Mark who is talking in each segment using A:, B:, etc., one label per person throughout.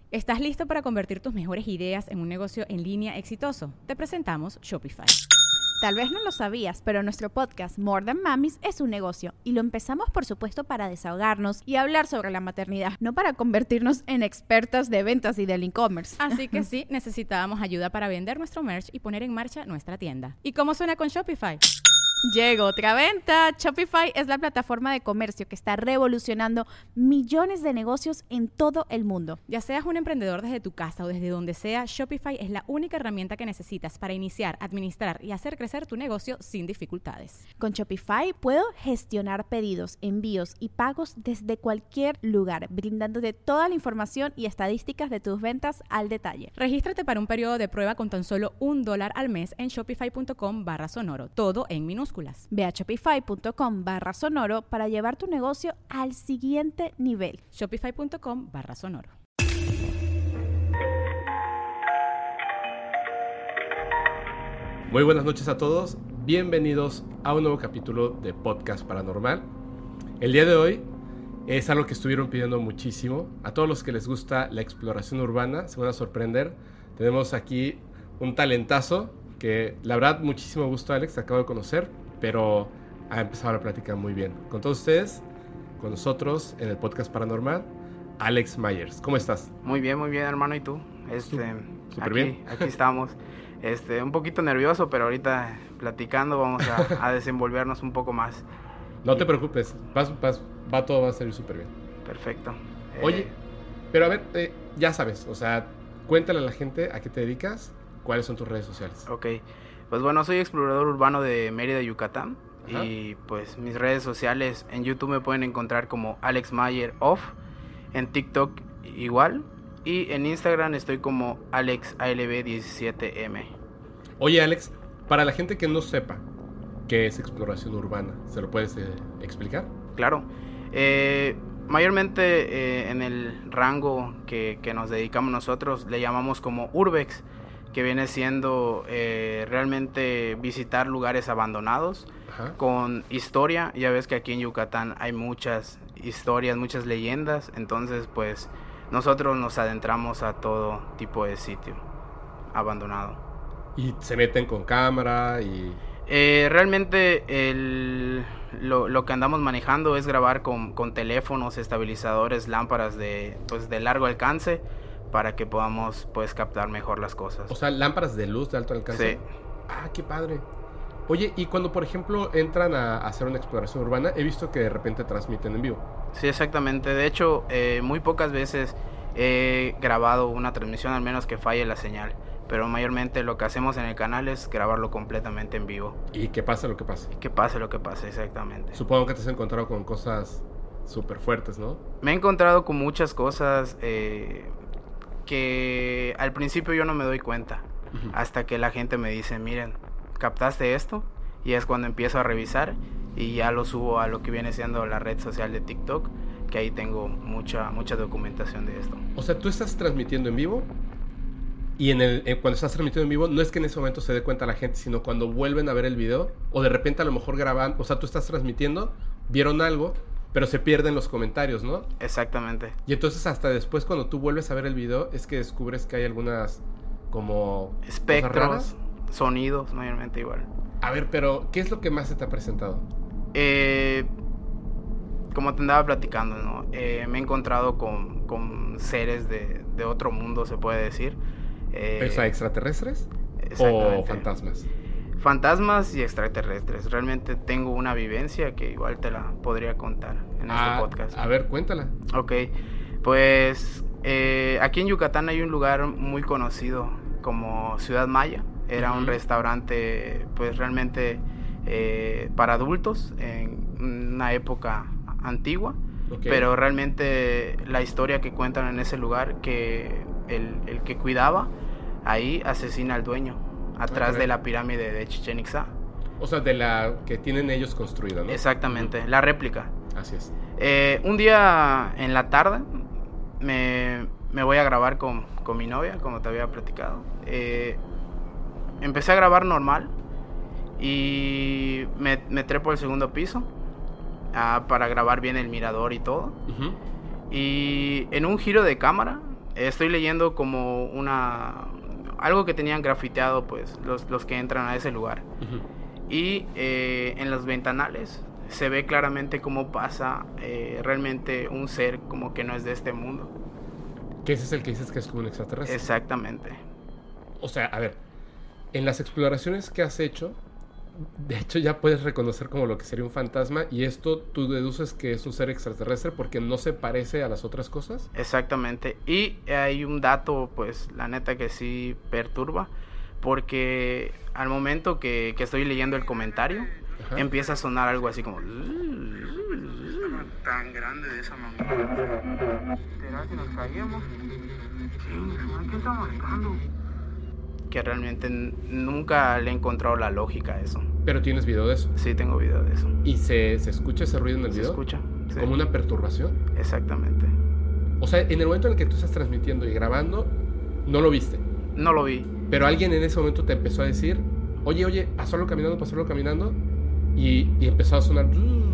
A: ¿Estás listo para convertir tus mejores ideas en un negocio en línea exitoso? Te presentamos Shopify.
B: Tal vez no lo sabías, pero nuestro podcast More Than Mamis es un negocio y lo empezamos por supuesto para desahogarnos y hablar sobre la maternidad, no para convertirnos en expertas de ventas y del e-commerce.
A: Así que sí, necesitábamos ayuda para vender nuestro merch y poner en marcha nuestra tienda. ¿Y cómo suena con Shopify?
B: Llegó otra venta. Shopify es la plataforma de comercio que está revolucionando millones de negocios en todo el mundo.
A: Ya seas un emprendedor desde tu casa o desde donde sea, Shopify es la única herramienta que necesitas para iniciar, administrar y hacer crecer tu negocio sin dificultades.
B: Con Shopify puedo gestionar pedidos, envíos y pagos desde cualquier lugar, brindándote toda la información y estadísticas de tus ventas al detalle.
A: Regístrate para un periodo de prueba con tan solo $1 al mes en shopify.com/sonoro, todo en minúsculas.
B: Ve a shopify.com/sonoro para llevar tu negocio al siguiente nivel.
A: Shopify.com/sonoro.
C: Muy buenas noches a todos, bienvenidos a un nuevo capítulo de Podcast Paranormal. El día de hoy es algo que estuvieron pidiendo muchísimo. A todos los que les gusta la exploración urbana, se van a sorprender. Tenemos aquí un talentazo que la verdad muchísimo gusto, Alex, te acabo de conocer, pero ha empezado la plática muy bien. Con todos ustedes, con nosotros en el Podcast Paranormal, Alex Myers. ¿Cómo estás?
D: Muy bien, hermano. ¿Y tú?
C: Súper bien.
D: Aquí estamos. Un poquito nervioso, pero ahorita platicando vamos a desenvolvernos un poco más.
C: No te preocupes, todo va a salir súper bien.
D: Perfecto.
C: Oye, pero a ver, ya sabes, o sea, cuéntale a la gente a qué te dedicas, cuáles son tus redes sociales.
D: Ok, pues bueno, soy explorador urbano de Mérida, Yucatán. Ajá. Y pues mis redes sociales en YouTube me pueden encontrar como Alex Mayer Off, en TikTok igual, y en Instagram estoy como AlexALB17M.
C: Oye, Alex, para la gente que no sepa qué es exploración urbana, ¿se lo puedes explicar?
D: Claro. Mayormente en el rango que nos dedicamos nosotros le llamamos como Urbex, que viene siendo realmente visitar lugares abandonados. Ajá. Con historia. Ya ves que aquí en Yucatán hay muchas historias, muchas leyendas, entonces pues nosotros nos adentramos a todo tipo de sitio abandonado.
C: ¿Y se meten con cámara y...?
D: Realmente lo que andamos manejando es grabar con teléfonos, estabilizadores, lámparas de largo alcance, para que podamos pues captar mejor las cosas.
C: O sea, lámparas de luz de alto alcance.
D: Sí.
C: Ah, qué padre. Oye, y cuando por ejemplo entran a hacer una exploración urbana, he visto que de repente transmiten en vivo.
D: Sí, exactamente. De hecho, muy pocas veces he grabado una transmisión, al menos que falle la señal. Pero mayormente lo que hacemos en el canal es grabarlo completamente en vivo.
C: Y que pase lo que pase.
D: Que pase lo que pase, exactamente.
C: Supongo que te has encontrado con cosas súper fuertes, ¿no?
D: Me he encontrado con muchas cosas que al principio yo no me doy cuenta. Uh-huh. Hasta que la gente me dice, miren, ¿captaste esto? Y es cuando empiezo a revisar y ya lo subo a lo que viene siendo la red social de TikTok, que ahí tengo mucha documentación de esto.
C: O sea, tú estás transmitiendo en vivo y cuando estás transmitiendo en vivo no es que en ese momento se dé cuenta la gente, sino cuando vuelven a ver el video o de repente a lo mejor graban, o sea, tú estás transmitiendo, vieron algo, pero se pierden los comentarios, ¿no?
D: Exactamente.
C: Y entonces hasta después cuando tú vuelves a ver el video es que descubres que hay algunas como
D: espectros, sonidos, mayormente igual.
C: A ver, pero ¿qué es lo que más se te ha presentado?
D: Como te andaba platicando, ¿no? Me he encontrado con seres de otro mundo, se puede decir.
C: O sea, ¿extraterrestres? ¿O fantasmas?
D: Fantasmas y extraterrestres. Realmente tengo una vivencia que igual te la podría contar en este podcast.
C: A ver, cuéntala.
D: Ok, pues aquí en Yucatán hay un lugar muy conocido como Ciudad Maya. Era un restaurante pues realmente para adultos en una época antigua. Okay. Pero realmente la historia que cuentan en ese lugar, que el que cuidaba ahí asesina al dueño atrás de la pirámide de Chichén Itzá.
C: O sea, de la que tienen ellos construida, ¿no?
D: Exactamente, la réplica.
C: Así es.
D: Un día en la tarde me voy a grabar con mi novia, como te había platicado. Empecé a grabar normal y me trepo al segundo piso para grabar bien el mirador y todo. Uh-huh. Y en un giro de cámara estoy leyendo como algo que tenían grafiteado pues los que entran a ese lugar. Y en los ventanales se ve claramente cómo pasa realmente un ser como que no es de este mundo.
C: Que ese es el que dices que es como un extraterrestre.
D: Exactamente.
C: O sea, a ver, en las exploraciones que has hecho, de hecho ya puedes reconocer como lo que sería un fantasma, y esto tú deduces que es un ser extraterrestre porque no se parece a las otras cosas.
D: Exactamente. Y hay un dato, pues, la neta que sí perturba, porque al momento que estoy leyendo el comentario, ajá, empieza a sonar algo así como... tan grande de esa manera. ¿Será que nos caíamos? ¿Qué estamos buscando? Que realmente nunca le he encontrado la lógica a eso.
C: ¿Pero tienes video de eso?
D: Sí, tengo video de eso.
C: ¿Y se escucha ese ruido en el video?
D: Se escucha, sí.
C: ¿Como una perturbación?
D: Exactamente.
C: O sea, en el momento en el que tú estás transmitiendo y grabando, no lo viste.
D: No lo vi.
C: Pero alguien en ese momento te empezó a decir, oye, pasarlo caminando, y empezó a sonar...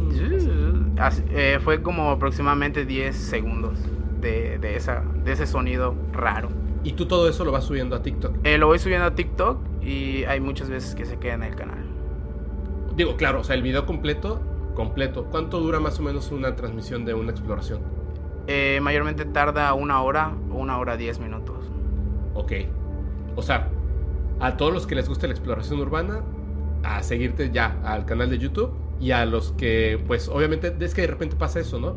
D: Fue como aproximadamente 10 segundos de ese sonido raro.
C: ¿Y tú todo eso lo vas subiendo a TikTok?
D: Lo voy subiendo a TikTok y hay muchas veces que se queda en el canal.
C: Digo, claro, o sea, el video completo. ¿Cuánto dura más o menos una transmisión de una exploración?
D: Mayormente tarda 1 hora o 1 hora 10 minutos.
C: Ok. O sea, a todos los que les gusta la exploración urbana, a seguirte ya al canal de YouTube, y a los que, pues, obviamente, es que de repente pasa eso, ¿no?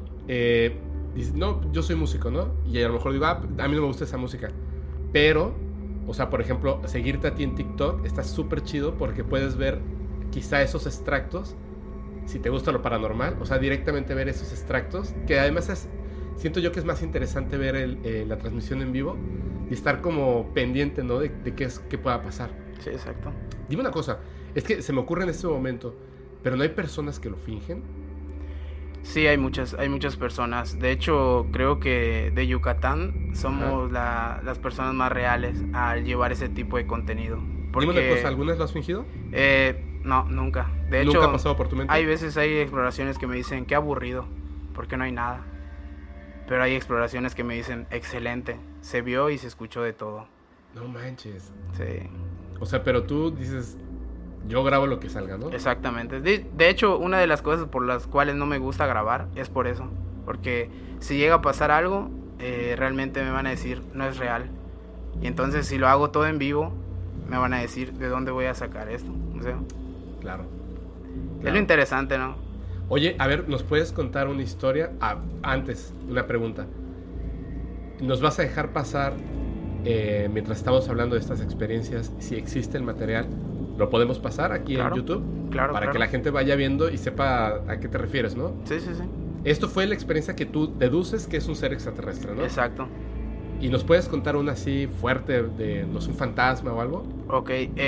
C: Dices, no, yo soy músico, ¿no? Y a lo mejor digo, a mí no me gusta esa música. Pero, o sea, por ejemplo, seguirte a ti en TikTok está súper chido porque puedes ver quizá esos extractos, si te gusta lo paranormal, o sea, directamente ver esos extractos, que además siento yo que es más interesante ver la transmisión en vivo y estar como pendiente, ¿no? De qué pueda pasar.
D: Sí, exacto.
C: Dime una cosa, es que se me ocurre en este momento, pero ¿no hay personas que lo fingen?
D: Sí, hay muchas personas. De hecho, creo que de Yucatán somos las personas más reales al llevar ese tipo de contenido.
C: Dime una cosa, ¿algunas lo has fingido?
D: No, nunca. De hecho,
C: ¿nunca ha pasado por tu mente?
D: Hay exploraciones que me dicen, qué aburrido, porque no hay nada. Pero hay exploraciones que me dicen, excelente, se vio y se escuchó de todo.
C: No manches.
D: Sí.
C: O sea, pero tú dices... Yo grabo lo que salga, ¿no?
D: Exactamente. De hecho, una de las cosas por las cuales no me gusta grabar es por eso. Porque si llega a pasar algo, realmente me van a decir, no es real. Y entonces si lo hago todo en vivo, me van a decir, ¿de dónde voy a sacar esto? O sea,
C: claro.
D: Es lo interesante, ¿no?
C: Oye, a ver, ¿nos puedes contar una historia? Antes, una pregunta. ¿Nos vas a dejar pasar, mientras estamos hablando de estas experiencias, si existe el material? ¿Lo podemos pasar aquí en YouTube?
D: Claro,
C: para que la gente vaya viendo y sepa a qué te refieres, ¿no?
D: Sí.
C: Esto fue la experiencia que tú deduces que es un ser extraterrestre, ¿no?
D: Exacto.
C: ¿Y nos puedes contar una así fuerte de, no sé, un fantasma o algo?
D: Ok,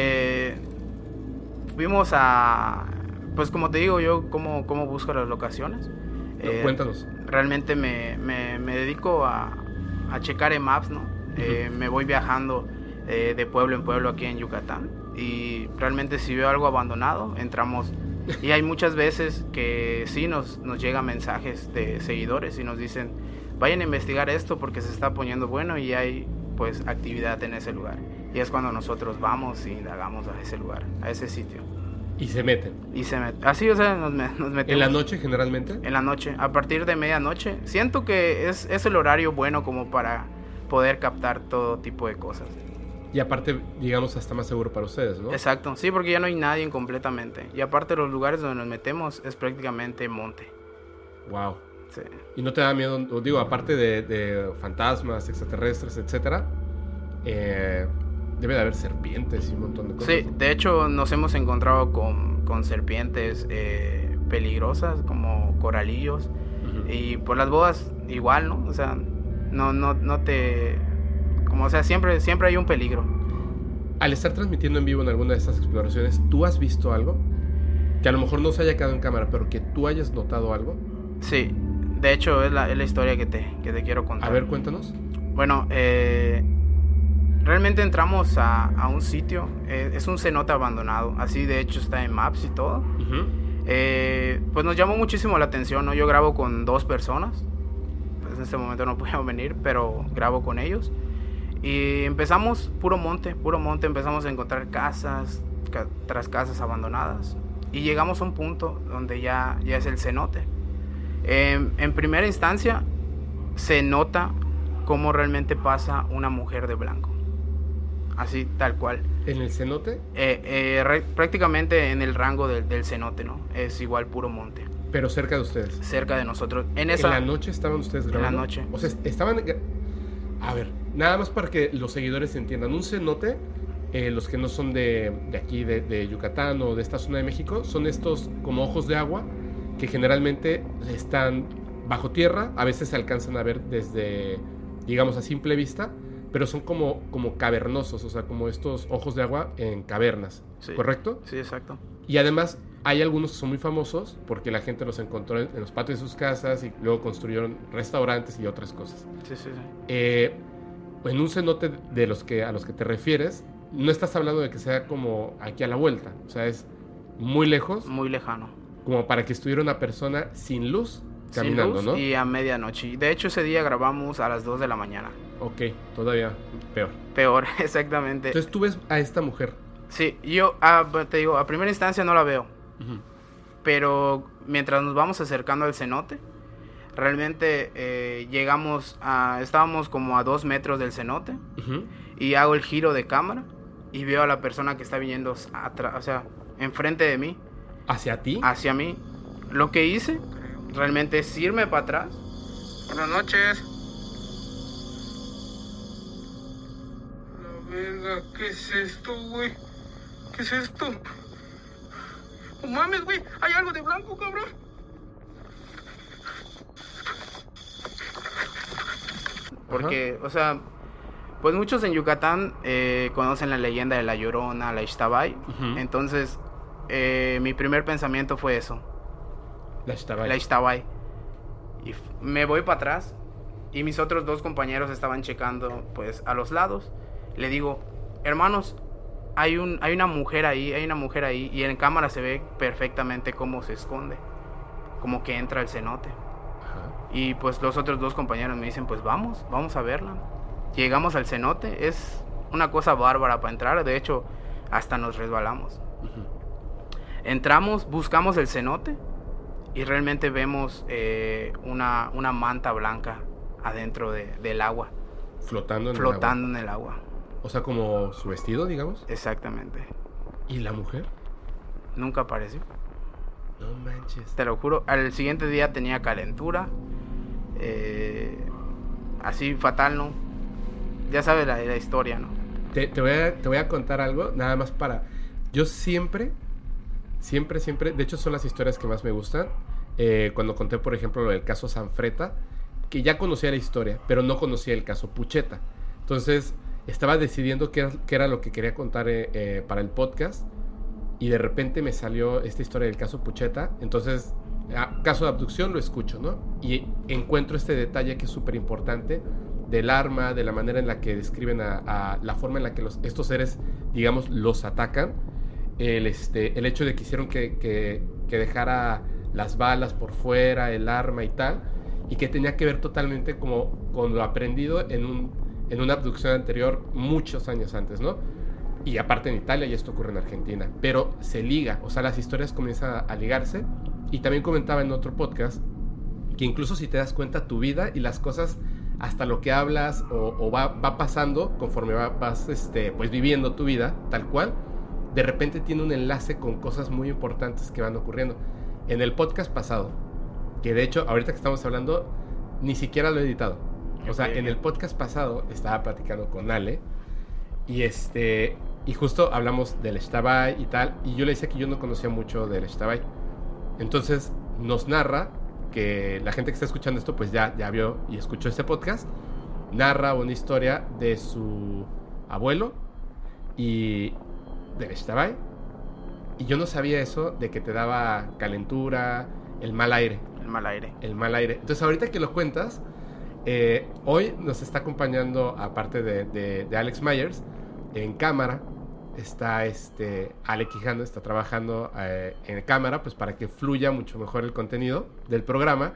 D: fuimos a... Pues como te digo yo, cómo busco las locaciones.
C: Cuéntanos.
D: Realmente me dedico a checar en Maps, ¿no? Me voy viajando de pueblo en pueblo aquí en Yucatán. Y realmente si veo algo abandonado, entramos. Y hay muchas veces que sí nos llegan mensajes de seguidores y nos dicen, vayan a investigar esto porque se está poniendo bueno y hay pues actividad en ese lugar. Y es cuando nosotros vamos y indagamos a ese lugar, a ese sitio.
C: Y se meten.
D: Así, o sea, nos metemos.
C: ¿En la noche generalmente?
D: En la noche, a partir de medianoche. Siento que es el horario bueno como para poder captar todo tipo de cosas.
C: Y aparte, digamos, hasta más seguro para ustedes, ¿no?
D: Exacto, sí, porque ya no hay nadie completamente. Y aparte los lugares donde nos metemos es prácticamente monte.
C: Wow.
D: Sí.
C: ¿Y no te da miedo, digo, aparte de fantasmas, extraterrestres, etcétera, debe de haber serpientes y un montón de cosas?
D: Sí, de hecho nos hemos encontrado con serpientes peligrosas como coralillos. Y por las bodas igual, ¿no? O sea, no te... Como, o sea, siempre hay un peligro.
C: Al estar transmitiendo en vivo en alguna de estas exploraciones, ¿tú has visto algo? Que a lo mejor no se haya quedado en cámara, pero que tú hayas notado algo.
D: Sí, de hecho es la historia que te quiero contar.
C: A ver, cuéntanos.
D: Bueno, realmente entramos a un sitio, es un cenote abandonado, así de hecho está en Maps y todo. Pues nos llamó muchísimo la atención, ¿no? Yo grabo con 2 personas. pues en este momento no pudieron venir, pero grabo con ellos. Y empezamos puro monte, empezamos a encontrar casas tras casas abandonadas. Y llegamos a un punto donde ya es el cenote. En primera instancia se nota cómo realmente pasa una mujer de blanco. Así, tal cual.
C: ¿En el cenote?
D: Prácticamente en el rango del cenote, ¿no? Es igual puro monte.
C: Pero cerca de ustedes.
D: Cerca de nosotros.
C: ¿En la noche estaban ustedes grabando?
D: En la noche.
C: O sea, estaban... A ver, nada más para que los seguidores entiendan. Un cenote, los que no son de aquí, de Yucatán o de esta zona de México, son estos como ojos de agua que generalmente están bajo tierra. A veces se alcanzan a ver desde, digamos, a simple vista, pero son como cavernosos, o sea, como estos ojos de agua en cavernas, sí. ¿Correcto?
D: Sí, exacto.
C: Y además hay algunos que son muy famosos porque la gente los encontró en los patios de sus casas y luego construyeron restaurantes y otras cosas.
D: Sí.
C: En un cenote a los que te refieres, no estás hablando de que sea como aquí a la vuelta, o sea, es muy lejos.
D: Muy lejano.
C: Como para que estuviera una persona sin luz caminando,
D: sin luz,
C: ¿no?
D: Y a medianoche. De hecho, ese día grabamos a las 2 de la mañana.
C: Ok, todavía peor.
D: Peor, exactamente.
C: Entonces tú ves a esta mujer.
D: Sí, yo te digo, a primera instancia no la veo. Uh-huh. Pero mientras nos vamos acercando al cenote, realmente estábamos como a 2 metros del cenote. Uh-huh. Y hago el giro de cámara y veo a la persona que está viniendo atrás, o sea, enfrente de mí.
C: ¿Hacia ti?
D: Hacia mí. Lo que hice realmente es irme para atrás. Buenas noches.
E: La verga, ¿qué es esto, güey? ¿Qué es esto? ¡No mames, güey! ¡Hay algo de blanco, cabrón!
D: Porque, o sea, pues muchos en Yucatán conocen la leyenda de La Llorona, la Ixtabay. Uh-huh. Entonces, mi primer pensamiento fue eso.
C: La Ixtabay.
D: La Ixtabay. Y me voy para atrás y mis otros 2 compañeros estaban checando, pues, a los lados. Le digo, hermanos, hay una mujer ahí, y en cámara se ve perfectamente cómo se esconde, como que entra al cenote. Ajá. Y pues los otros 2 compañeros me dicen, pues vamos a verla. Llegamos al cenote, es una cosa bárbara para entrar, de hecho, hasta nos resbalamos. Uh-huh. Entramos, buscamos el cenote y realmente vemos una manta blanca adentro del agua.
C: Flotando
D: en el agua.
C: O sea, como su vestido, digamos.
D: Exactamente.
C: ¿Y la mujer?
D: Nunca apareció.
C: No manches.
D: Te lo juro. Al siguiente día tenía calentura. Así fatal, ¿no? Ya sabes la historia, ¿no?
C: Te voy a contar algo, nada más para... Yo siempre, de hecho son las historias que más me gustan. Cuando conté, por ejemplo, lo del caso Sanfreta, que ya conocía la historia, pero no conocía el caso Pucheta. Entonces... estaba decidiendo qué era lo que quería contar para el podcast y de repente me salió esta historia del caso Pucheta. Entonces, caso de abducción lo escucho, ¿no? Y encuentro este detalle que es súper importante del arma, de la manera en la que describen a la forma en la que estos seres, digamos, los atacan. El hecho de que hicieron que dejara las balas por fuera, el arma y tal, y que tenía que ver totalmente como con lo aprendido en una abducción anterior muchos años antes, ¿no? Y aparte en Italia, y esto ocurre en Argentina, pero se liga, o sea, las historias comienzan a ligarse. Y también comentaba en otro podcast que incluso si te das cuenta, tu vida y las cosas, hasta lo que hablas o va pasando conforme vas pues viviendo tu vida tal cual, de repente tiene un enlace con cosas muy importantes que van ocurriendo. En el podcast pasado, que de hecho ahorita que estamos hablando ni siquiera lo he editado. O sea, en el podcast pasado estaba platicando con Ale y justo hablamos del Ixtabay y tal, y yo le decía que yo no conocía mucho del Ixtabay. Entonces nos narra, que la gente que está escuchando esto pues ya vio y escuchó este podcast, narra una historia de su abuelo y del Ixtabay, y yo no sabía eso de que te daba calentura, el mal aire. Entonces ahorita que lo cuentas, hoy nos está acompañando, aparte de Alex Myers, en cámara está Ale Quijano, está trabajando en cámara pues para que fluya mucho mejor el contenido del programa.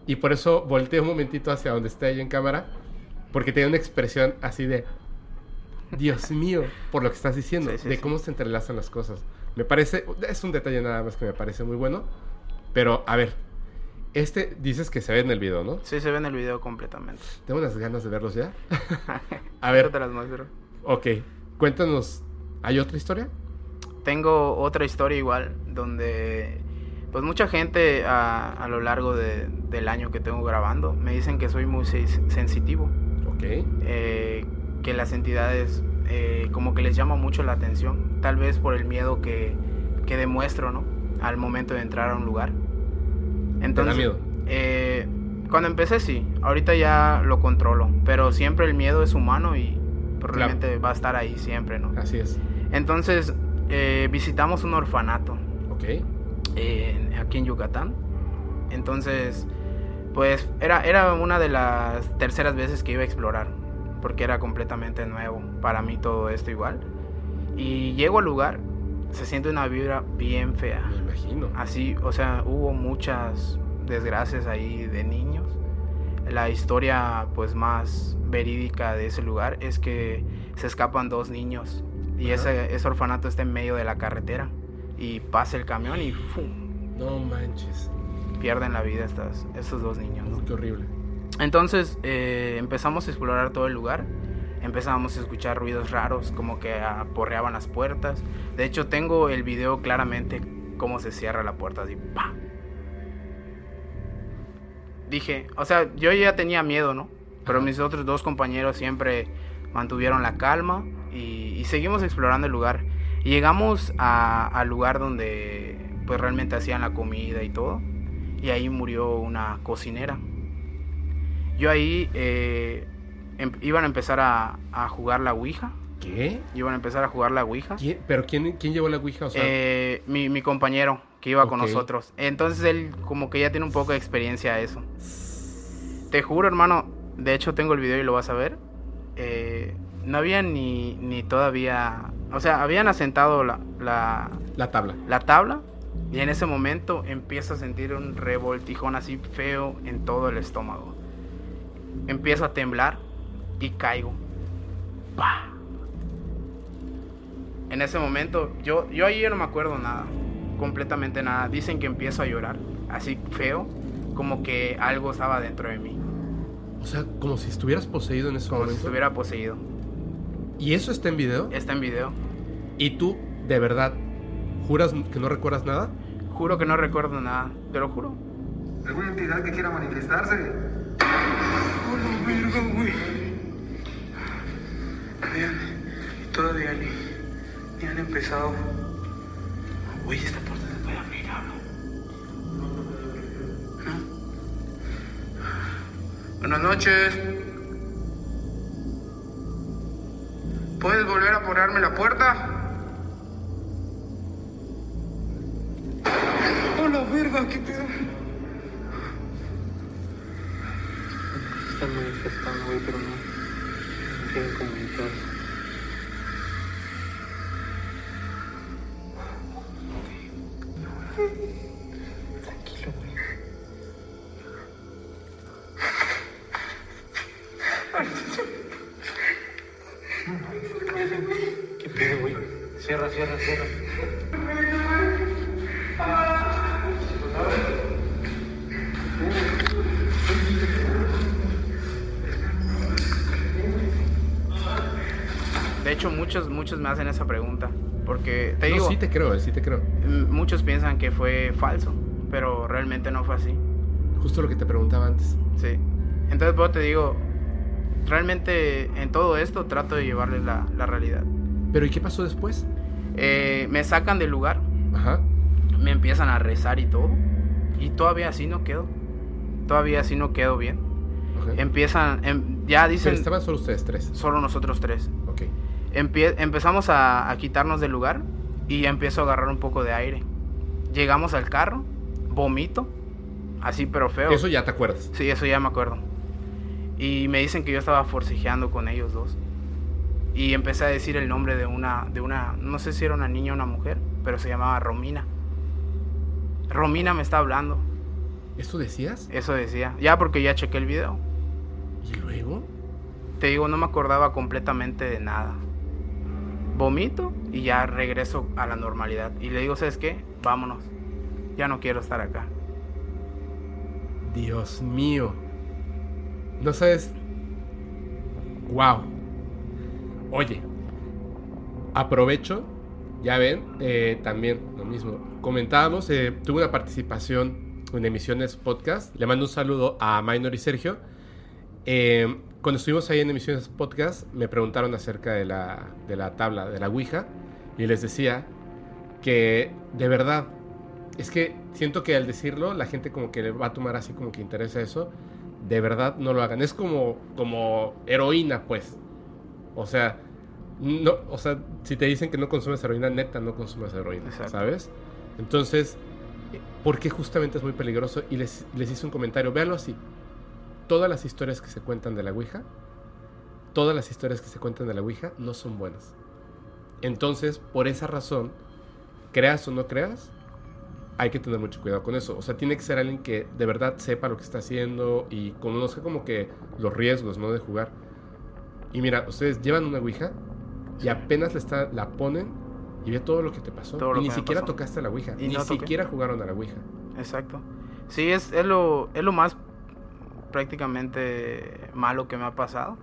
C: Y por eso volteé un momentito hacia donde está ella en cámara, porque tenía una expresión así de, Dios mío, por lo que estás diciendo, de cómo se entrelazan las cosas. Me parece, es un detalle nada más que me parece muy bueno, pero a ver, dices que se ve en el video, ¿no?
D: Sí, se ve en el video completamente.
C: Tengo unas ganas de verlos ya. A ver.
D: Te las muestro.
C: Ok, cuéntanos, ¿hay otra historia?
D: Tengo otra historia igual, donde pues mucha gente a lo largo del año que tengo grabando me dicen que soy muy sensitivo.
C: Ok.
D: Que las entidades como que les llama mucho la atención, tal vez por el miedo que demuestro, ¿no? Al momento de entrar a un lugar. Entonces, ¿te da miedo? Cuando empecé sí, ahorita ya lo controlo, pero siempre el miedo es humano y probablemente va a estar ahí siempre, ¿no?
C: Así es.
D: Entonces visitamos un orfanato.
C: Ok.
D: Aquí en Yucatán. Entonces, pues era una de las terceras veces que iba a explorar, porque era completamente nuevo para mí todo esto igual. Y llego al lugar, se siente una vibra bien fea.
C: Me imagino.
D: Así, o sea, hubo muchas desgracias ahí de niños. La historia pues más verídica de ese lugar es que se escapan 2 niños y ese orfanato está en medio de la carretera y pasa el camión y ¡fum!
C: No manches.
D: Pierden la vida estos 2 niños, ¿no?
C: Qué horrible.
D: Entonces empezamos a explorar todo el lugar. Empezamos a escuchar ruidos raros, como que aporreaban las puertas. De hecho, tengo el video claramente cómo se cierra la puerta, así, ¡pam! Dije, o sea, yo ya tenía miedo, ¿no? Pero mis otros 2 compañeros siempre mantuvieron la calma y seguimos explorando el lugar. Y llegamos al lugar donde pues realmente hacían la comida y todo. Y ahí murió una cocinera. Yo ahí iban a empezar a jugar la ouija.
C: ¿Qué?
D: Iban a empezar a jugar la ouija.
C: ¿Pero quién llevó la ouija? O sea,
D: mi compañero que iba con nosotros. Entonces él como que ya tiene un poco de experiencia a eso. Te juro, hermano, de hecho tengo el video y lo vas a ver. No había ni todavía... O sea, habían asentado la
C: tabla.
D: La tabla. Y en ese momento empiezo a sentir un revoltijón así feo en todo el estómago. Empiezo a temblar y caigo. ¡Pah! En ese momento, yo ahí no me acuerdo nada. Completamente nada. Dicen que empiezo a llorar. Así feo. Como que algo estaba dentro de mí.
C: O sea, como si estuvieras poseído en ese momento.
D: Como si estuviera poseído.
C: ¿Y eso está en video?
D: Está en video.
C: ¿Y tú, de verdad, juras que no recuerdas nada?
D: Juro que no recuerdo nada. Te lo juro.
E: ¿Alguna entidad que quiera manifestarse? ¡Oh, verga, güey! Vean, todavía ni han empezado. Güey, esta puerta se puede abrir, hablo. ¿No? Buenas noches. ¿Puedes volver a ponerme la puerta? ¡Oh, la verga! ¿Qué pedo? Se están manifestando, güey, pero no quieren comunicarse. Tranquilo, güey. ¿Qué pedo, güey? Cierra.
D: De hecho, muchos me hacen esa pregunta. Porque te digo...
C: Sí te creo.
D: Muchos piensan que fue falso, pero realmente no fue así.
C: Justo lo que te preguntaba antes.
D: Sí. Entonces, pues te digo, realmente en todo esto trato de llevarles la realidad.
C: ¿Pero y qué pasó después?
D: Me sacan del lugar.
C: Ajá.
D: Me empiezan a rezar y todo. Y todavía así no quedo. Bien.
C: Okay.
D: Empiezan, ya dicen...
C: Pero estaban solo ustedes 3.
D: Solo nosotros 3.
C: Ok.
D: Empezamos a quitarnos del lugar y ya empiezo a agarrar un poco de aire. Llegamos al carro, vomito, así pero feo.
C: ¿Eso ya te acuerdas?
D: Sí, eso ya me acuerdo. Y me dicen que yo estaba forcejeando con ellos 2. Y empecé a decir el nombre de una, no sé si era una niña o una mujer, pero se llamaba Romina. Romina me está hablando.
C: ¿Eso decías?
D: Eso decía. Ya porque ya chequé el video.
C: ¿Y luego?
D: Te digo, no me acordaba completamente de nada. Vomito y ya regreso a la normalidad. Y le digo, ¿sabes qué? Vámonos. Ya no quiero estar acá.
C: Dios mío. No sabes. Wow. Oye, aprovecho. Ya ven, también lo mismo. Comentábamos, tuve una participación en Emisiones Podcast. Le mando un saludo a Minor y Sergio. Cuando estuvimos ahí en Emisiones Podcast, me preguntaron acerca de la tabla, de la Ouija. Y les decía que, de verdad, es que siento que al decirlo, la gente como que le va a tomar así como que interesa eso. De verdad, no lo hagan. Es como heroína, pues. O sea, no, o sea, si te dicen que no consumes heroína, neta, no consumes heroína. Exacto. ¿Sabes? Entonces, porque justamente es muy peligroso. Y les hice un comentario, véanlo así. Todas las historias que se cuentan de la Ouija, no son buenas. Entonces, por esa razón, creas o no creas, hay que tener mucho cuidado con eso. O sea, tiene que ser alguien que de verdad sepa lo que está haciendo y conozca como que los riesgos, ¿no? De jugar. Y mira, ustedes llevan una Ouija y apenas la ponen y ve todo lo que te pasó. Y ni siquiera tocaste la Ouija. Ni siquiera jugaron a la Ouija.
D: Exacto. Sí, es lo más prácticamente malo que me ha pasado.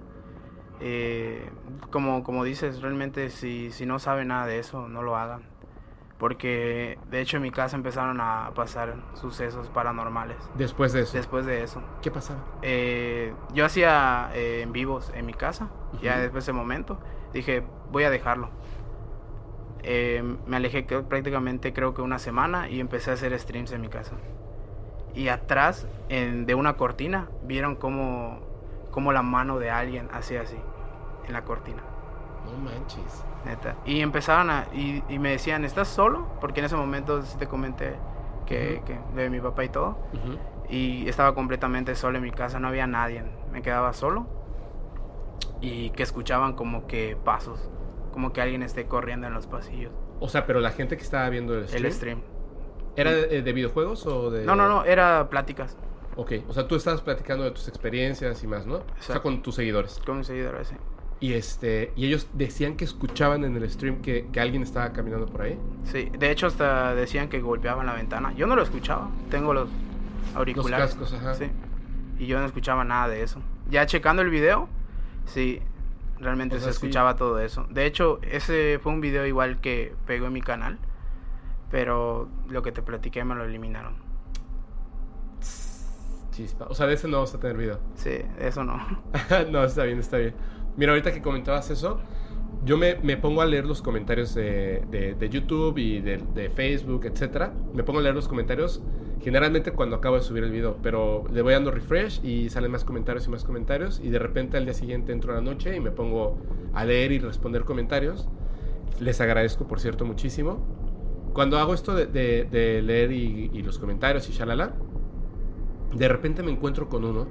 D: Como dices, realmente si no saben nada de eso, no lo hagan. Porque de hecho en mi casa empezaron a pasar sucesos paranormales.
C: Después de eso. ¿Qué pasaba?
D: Yo hacía en vivos en mi casa. Uh-huh. Ya después de ese momento dije, voy a dejarlo. Me alejé prácticamente creo que una semana y empecé a hacer streams en mi casa. Y atrás de una cortina vieron como la mano de alguien hacía así en la cortina.
C: No manches.
D: Neta. Y empezaron y me decían, ¿estás solo? Porque en ese momento sí te comenté que de mi papá y todo. Uh-huh. Y estaba completamente solo en mi casa, no había nadie. Me quedaba solo. Y que escuchaban como que pasos, como que alguien esté corriendo en los pasillos.
C: O sea, pero la gente que estaba viendo el stream. ¿Era de videojuegos o de...?
D: No, era pláticas.
C: Ok, o sea, tú estabas platicando de tus experiencias y más, ¿no?
D: Exacto.
C: O sea, con tus seguidores.
D: Con mis seguidores, sí.
C: Y ellos decían que escuchaban en el stream que alguien estaba caminando por ahí.
D: Sí, de hecho hasta decían que golpeaban la ventana. Yo no lo escuchaba, tengo los auriculares.
C: Los cascos, ajá.
D: Sí, y yo no escuchaba nada de eso. Ya checando el video, sí, realmente se escuchaba todo eso. De hecho, ese fue un video igual que pegó en mi canal, pero lo que te platiqué me lo eliminaron.
C: Chispa, o sea, de ese no vas a tener video.
D: Sí, eso no.
C: No, está bien. Mira, ahorita que comentabas eso, yo me pongo a leer los comentarios de YouTube y de Facebook, etcétera. Me pongo a leer los comentarios generalmente cuando acabo de subir el video, pero le voy dando refresh y salen más comentarios y de repente al día siguiente entro a la noche y me pongo a leer y responder comentarios. Les agradezco, por cierto, muchísimo. Cuando hago esto de leer y los comentarios y shalala, de repente me encuentro con uno.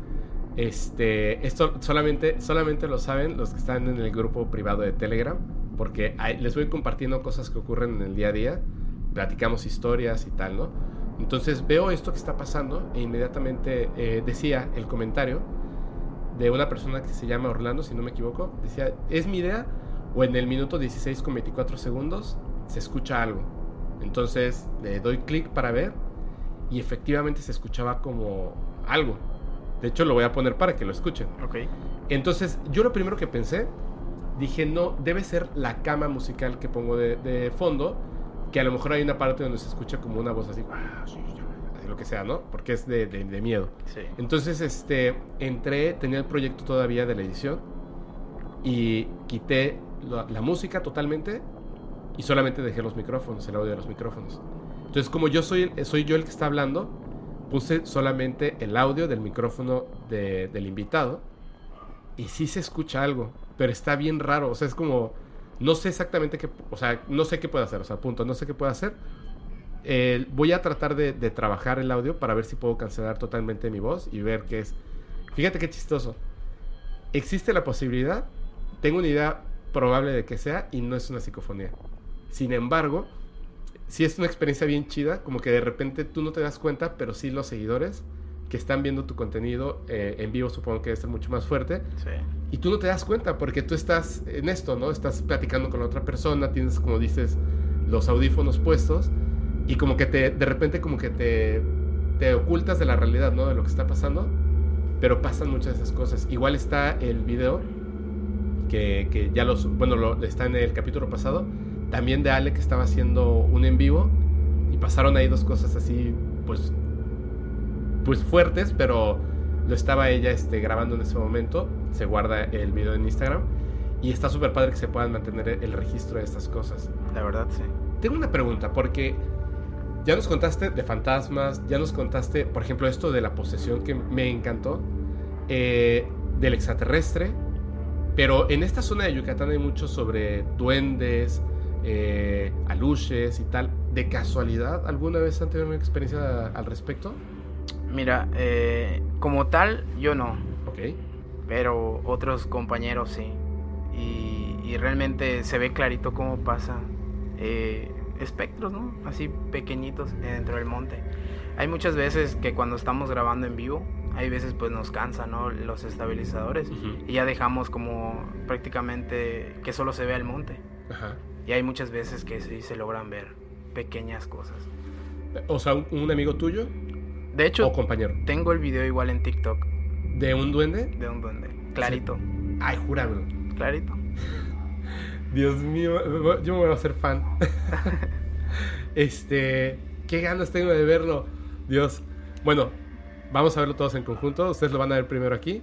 C: Esto solamente lo saben los que están en el grupo privado de Telegram, porque les voy compartiendo cosas que ocurren en el día a día, platicamos historias y tal, ¿no? Entonces veo esto que está pasando e inmediatamente decía el comentario de una persona que se llama Orlando, si no me equivoco, decía, ¿es mi idea o en el minuto 16 con 24 segundos se escucha algo? Entonces le doy clic para ver y efectivamente se escuchaba como algo. De hecho, lo voy a poner para que lo escuchen.
D: Okay.
C: Entonces, yo lo primero que pensé, dije, no, debe ser la cama musical que pongo de fondo, que a lo mejor hay una parte donde se escucha como una voz así, así lo que sea, ¿no? Porque es de miedo.
D: Sí.
C: Entonces, entré, tenía el proyecto todavía de la edición y quité la música totalmente y solamente dejé los micrófonos, el audio de los micrófonos. Entonces, como yo soy yo el que está hablando, puse solamente el audio del micrófono del invitado y sí se escucha algo, pero está bien raro. O sea, es como, no sé exactamente qué, o sea, no sé qué puedo hacer, o sea, punto, no sé qué puedo hacer. Voy a tratar de trabajar el audio para ver si puedo cancelar totalmente mi voz y ver qué es. Fíjate qué chistoso. Existe la posibilidad, tengo una idea probable de que sea y no es una psicofonía. Sin embargo, sí es una experiencia bien chida, como que de repente tú no te das cuenta, pero sí los seguidores que están viendo tu contenido en vivo, supongo que debe ser mucho más fuerte.
D: Sí.
C: Y tú no te das cuenta porque tú estás en esto, ¿no? Estás platicando con la otra persona, tienes, como dices, los audífonos puestos y como que de repente como que te ocultas de la realidad, ¿no? De lo que está pasando, pero pasan muchas de esas cosas. Igual está el video que ya está en el capítulo pasado, también de Ale, que estaba haciendo un en vivo y pasaron ahí dos cosas así, pues fuertes, pero lo estaba ella grabando en ese momento. Se guarda el video en Instagram y está súper padre que se puedan mantener el registro de estas cosas.
D: La verdad, sí.
C: Tengo una pregunta, porque ya nos contaste de fantasmas, ya nos contaste, por ejemplo, esto de la posesión que me encantó, del extraterrestre, pero en esta zona de Yucatán hay mucho sobre duendes, aluches y tal. ¿De casualidad alguna vez han tenido una experiencia al respecto?
D: Mira, como tal, yo no.
C: Ok.
D: Pero otros compañeros sí. Y realmente se ve clarito cómo pasa espectros, ¿no? Así pequeñitos dentro del monte. Hay muchas veces que cuando estamos grabando en vivo, hay veces pues nos cansa, ¿no? Los estabilizadores.
C: Uh-huh.
D: Y ya dejamos como prácticamente que solo se vea el monte.
C: Ajá.
D: Y hay muchas veces que sí se logran ver pequeñas cosas.
C: O sea, un amigo tuyo
D: De hecho,
C: o compañero.
D: tengo el video igual en TikTok
C: ¿De un duende?
D: de un duende. Clarito.
C: Sí. Ay, júramelo.
D: Clarito.
C: Dios mío, yo me voy a hacer fan. Qué ganas tengo de verlo. Dios. Bueno, vamos a verlo todos en conjunto. Ustedes lo van a ver primero aquí.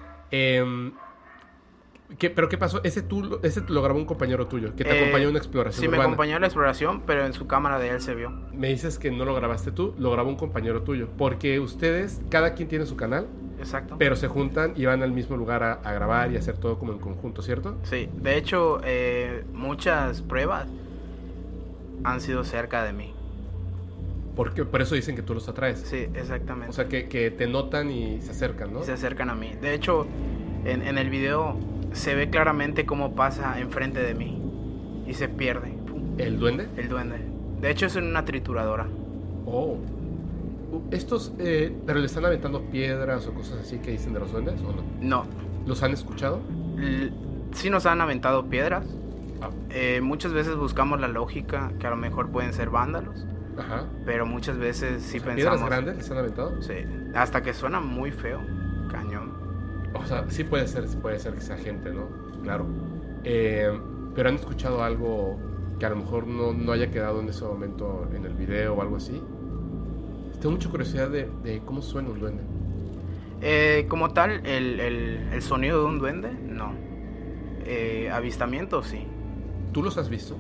C: ¿Pero qué pasó? Ese lo grabó un compañero tuyo, que te acompañó en una exploración
D: Sí,
C: urbana.
D: me acompañó en la exploración, pero en su cámara de él se vio.
C: Me dices que no lo grabaste tú, lo grabó un compañero tuyo. Porque ustedes, cada quien tiene su canal,
D: Exacto.
C: pero se juntan y van al mismo lugar a grabar y a hacer todo como en conjunto, ¿cierto?
D: Sí, de hecho, muchas pruebas han sido cerca de mí.
C: Porque por eso dicen que tú los atraes.
D: Sí, exactamente.
C: O sea, que te notan y se acercan, ¿no?
D: Y se acercan a mí. De hecho, en el video se ve claramente cómo pasa enfrente de mí y se pierde. Pum,
C: ¿El duende?
D: el duende. De hecho, es en una trituradora.
C: Oh. Estos, pero le están aventando piedras o cosas así que dicen de los duendes, ¿o no?
D: No.
C: ¿Los han escuchado?
D: Sí nos han aventado piedras.
C: Ah.
D: Muchas veces buscamos la lógica, que a lo mejor pueden ser vándalos.
C: Ajá.
D: Pero muchas veces sí pensamos...
C: ¿Piedras grandes les han aventado?
D: Sí, hasta que suena muy feo. Cañón.
C: O sea, sí puede ser que sea gente, ¿no? Claro. Pero han escuchado algo que a lo mejor no haya quedado en ese momento en el video o algo así. Tengo mucha curiosidad de cómo suena un duende.
D: Como tal, el sonido de un duende, no. Avistamiento, sí.
C: ¿Tú los has visto?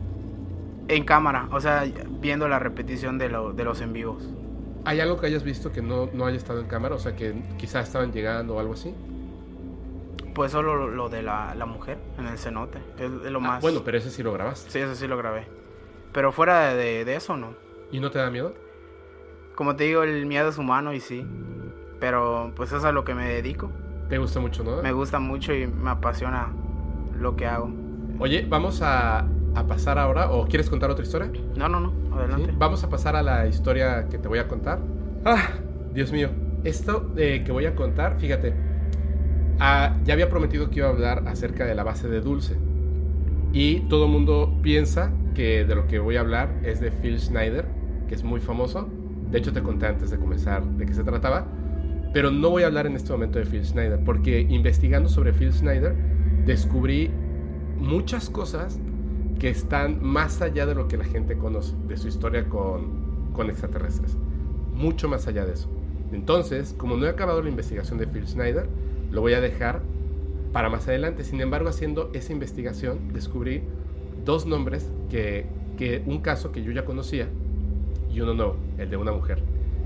D: En cámara, o sea, viendo la repetición de los en vivos.
C: ¿Hay algo que hayas visto que no haya estado en cámara? O sea, que quizás estaban llegando o algo así.
D: Pues solo lo de la mujer en el cenote. Es lo más...
C: Bueno, pero ese sí lo grabaste.
D: Sí, eso sí lo grabé. Pero fuera de eso, no.
C: ¿Y no te da miedo?
D: Como te digo, el miedo es humano y sí. Pero pues eso es a lo que me dedico.
C: Te gusta mucho, ¿no?
D: Me gusta mucho y me apasiona lo que hago.
C: Oye, vamos a pasar ahora, ¿o quieres contar otra historia?
D: No, adelante.
C: ¿Sí? Vamos a pasar a la historia que te voy a contar. Dios mío. Esto que voy a contar, fíjate, ya había prometido que iba a hablar acerca de la base de Dulce. Y todo el mundo piensa que de lo que voy a hablar es de Phil Schneider, que es muy famoso. De hecho, te conté antes de comenzar de qué se trataba. Pero no voy a hablar en este momento de Phil Schneider, porque investigando sobre Phil Schneider, descubrí muchas cosas que están más allá de lo que la gente conoce, de su historia con extraterrestres. Mucho más allá de eso. Entonces, como no he acabado la investigación de Phil Schneider, lo voy a dejar para más adelante. Sin embargo, haciendo esa investigación, descubrí dos nombres que un caso que yo ya conocía y uno no, el de una mujer.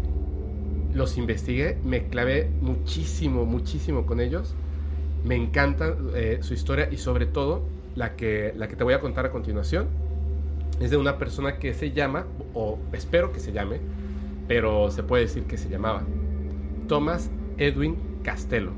C: Los investigué, me clavé muchísimo con ellos. Me encanta su historia y sobre todo la que te voy a contar a continuación es de una persona que se llama, o espero que se llame, pero se puede decir que se llamaba Thomas Edwin Castello.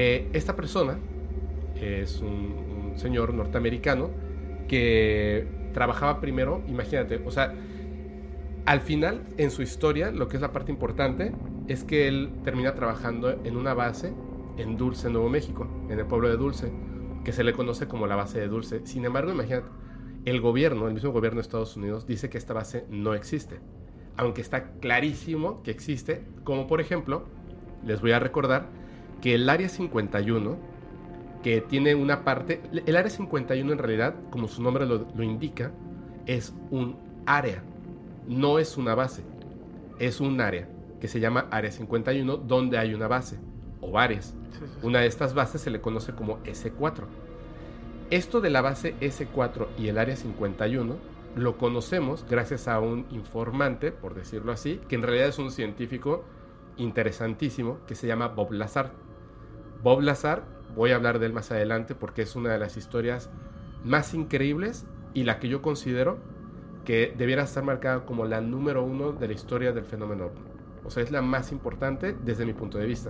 C: Esta persona es un señor norteamericano que trabajaba primero, imagínate, o sea, al final, en su historia, lo que es la parte importante, es que él termina trabajando en una base en Dulce, Nuevo México, en el pueblo de Dulce, que se le conoce como la base de Dulce. Sin embargo, imagínate, el mismo gobierno de Estados Unidos dice que esta base no existe, aunque está clarísimo que existe, como por ejemplo, les voy a recordar que el Área 51, que tiene una parte, el Área 51 en realidad, como su nombre lo indica, es un área, no es una base, es un área que se llama Área 51, donde hay una base, o varias.
D: Sí.
C: Una de estas bases se le conoce como S4. Esto de la base S4 y el Área 51 lo conocemos gracias a un informante, por decirlo así, que en realidad es un científico interesantísimo que se llama Bob Lazar. Bob Lazar, voy a hablar de él más adelante porque es una de las historias más increíbles y la que yo considero que debiera estar marcada como la número 1 de la historia del fenómeno ovni. O sea, es la más importante desde mi punto de vista.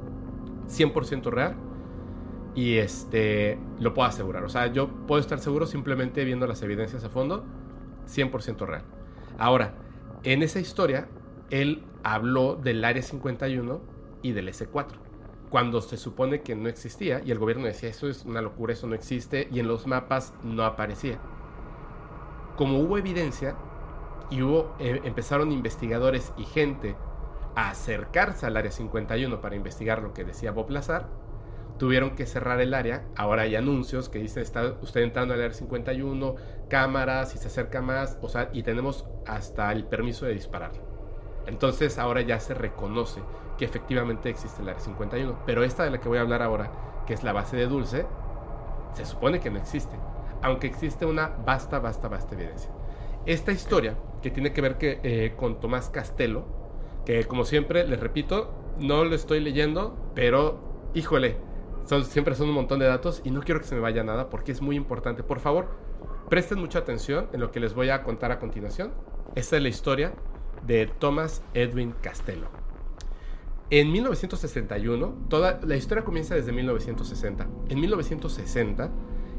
C: 100% real y lo puedo asegurar. O sea, yo puedo estar seguro simplemente viendo las evidencias a fondo. 100% real. Ahora, en esa historia, él habló del Área 51 y del S4, cuando se supone que no existía, y el gobierno decía, eso es una locura, eso no existe, y en los mapas no aparecía. Como hubo evidencia, y empezaron investigadores y gente a acercarse al Área 51 para investigar lo que decía Bob Lazar, tuvieron que cerrar el área. Ahora hay anuncios que dicen, está usted entrando al Área 51, cámaras, si se acerca más, o sea, y tenemos hasta el permiso de disparar. Entonces ahora ya se reconoce que efectivamente existe el Área 51, pero esta de la que voy a hablar ahora, que es la base de Dulce, se supone que no existe, aunque existe una vasta evidencia. Esta historia, que tiene que ver con Tomás Castelo, que como siempre, les repito, no lo estoy leyendo, pero, híjole, siempre son un montón de datos y no quiero que se me vaya nada porque es muy importante. Por favor, presten mucha atención en lo que les voy a contar a continuación. Esta es la historia de Thomas Edwin Castelo. En 1961, toda la historia comienza desde 1960. En 1960,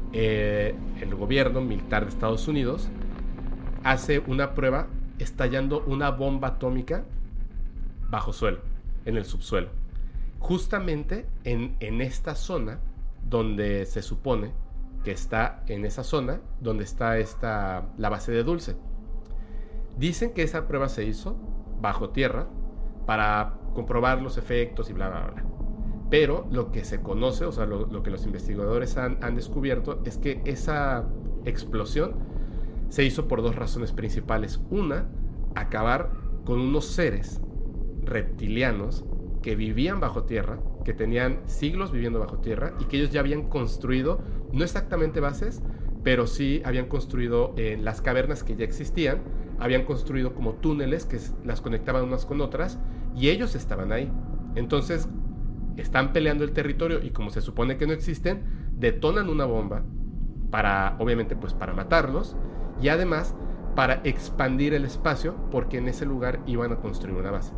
C: el gobierno militar de Estados Unidos hace una prueba estallando una bomba atómica bajo suelo, en el subsuelo. Justamente en esta zona donde se supone que está, en esa zona donde está la base de Dulce. Dicen que esa prueba se hizo bajo tierra para comprobar los efectos y bla, bla, bla. Pero lo que se conoce, o sea, lo que los investigadores han descubierto es que esa explosión se hizo por dos razones principales. Una, acabar con unos seres reptilianos que vivían bajo tierra, que tenían siglos viviendo bajo tierra y que ellos ya habían construido, no exactamente bases, pero sí habían construido en las cavernas que ya existían, habían construido como túneles que las conectaban unas con otras y ellos estaban ahí. Entonces están peleando el territorio y como se supone que no existen, detonan una bomba para, obviamente, pues para matarlos y además para expandir el espacio porque en ese lugar iban a construir una base.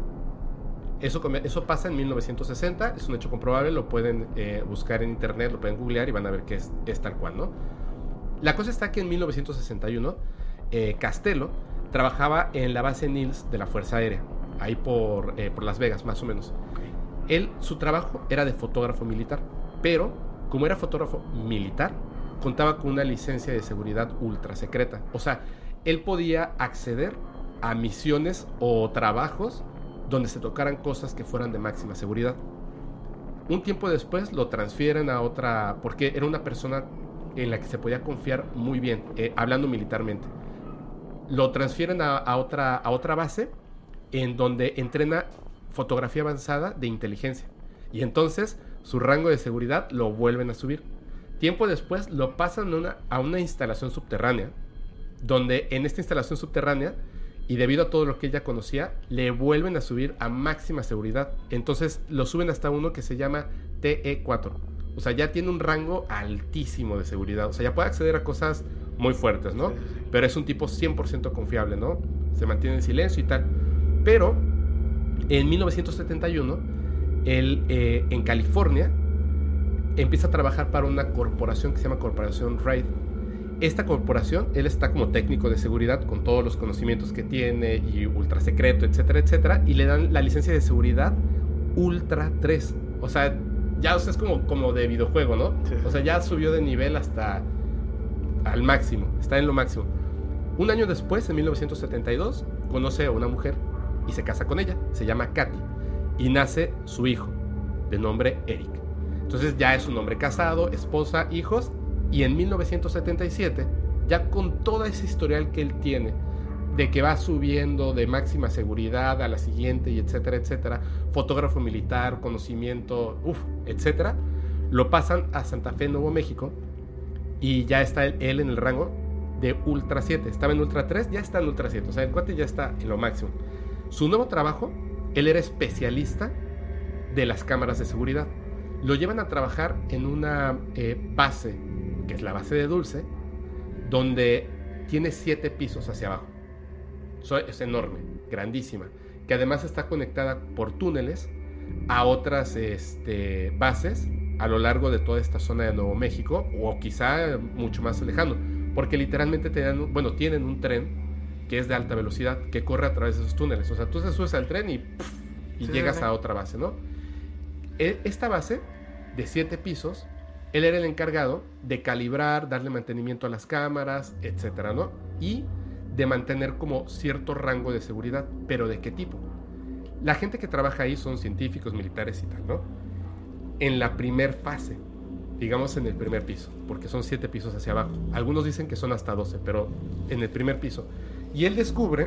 C: Eso pasa en 1960, es un hecho comprobable, lo pueden buscar en internet, lo pueden googlear y van a ver que es tal cual, ¿no? La cosa está que en 1961 Castelo trabajaba en la base Niles de la Fuerza Aérea, ahí por Las Vegas, más o menos. Su trabajo era de fotógrafo militar, pero como era fotógrafo militar, contaba con una licencia de seguridad ultra secreta. O sea, él podía acceder a misiones o trabajos donde se tocaran cosas que fueran de máxima seguridad. Un tiempo después lo transfieren a otra, porque era una persona en la que se podía confiar muy bien, hablando militarmente. Lo transfieren a otra base en donde entrena fotografía avanzada de inteligencia. Y entonces su rango de seguridad lo vuelven a subir. Tiempo después lo pasan a una instalación subterránea, donde en esta instalación subterránea, y debido a todo lo que ella conocía, le vuelven a subir a máxima seguridad. Entonces lo suben hasta uno que se llama TE4. O sea, ya tiene un rango altísimo de seguridad. O sea, ya puede acceder a cosas muy fuertes, ¿no? Pero es un tipo 100% confiable, ¿no? Se mantiene en silencio y tal. Pero en 1971, él en California empieza a trabajar para una corporación que se llama Corporación Raid. esta corporación, él está como técnico de seguridad con todos los conocimientos que tiene y ultra secreto, etcétera, etcétera, y le dan la licencia de seguridad Ultra 3. O sea, ya es como de videojuego, ¿no?
D: Sí.
C: O sea, ya subió de nivel hasta al máximo, está en lo máximo. Un año después, en 1972, conoce a una mujer y se casa con ella, se llama Katy, y nace su hijo, de nombre Eric. Entonces ya es un hombre casado, esposa, hijos, y en 1977, ya con toda esa historial que él tiene, de que va subiendo de máxima seguridad a la siguiente, y etcétera, etcétera, fotógrafo militar, conocimiento, etcétera, lo pasan a Santa Fe, Nuevo México, y ya está él en el rango de Ultra 7. Estaba en Ultra 3, ya está en Ultra 7, o sea, el cuate ya está en lo máximo. Su nuevo trabajo, él era especialista de las cámaras de seguridad. Lo llevan a trabajar en una base, que es la base de Dulce, donde tiene 7 pisos hacia abajo. Es enorme, grandísima, que además está conectada por túneles a otras bases a lo largo de toda esta zona de Nuevo México, o quizá mucho más lejano, porque literalmente tienen un tren que es de alta velocidad, que corre a través de esos túneles. O sea, tú te subes al tren y llegas a otra base, ¿no? Esta base de 7 pisos, él era el encargado de calibrar, darle mantenimiento a las cámaras, etcétera, ¿no? Y de mantener como cierto rango de seguridad. ¿Pero de qué tipo? La gente que trabaja ahí son científicos, militares y tal, ¿no? En la primer fase, digamos en el primer piso, porque son 7 pisos hacia abajo. Algunos dicen que son hasta 12, pero en el primer piso. Y él descubre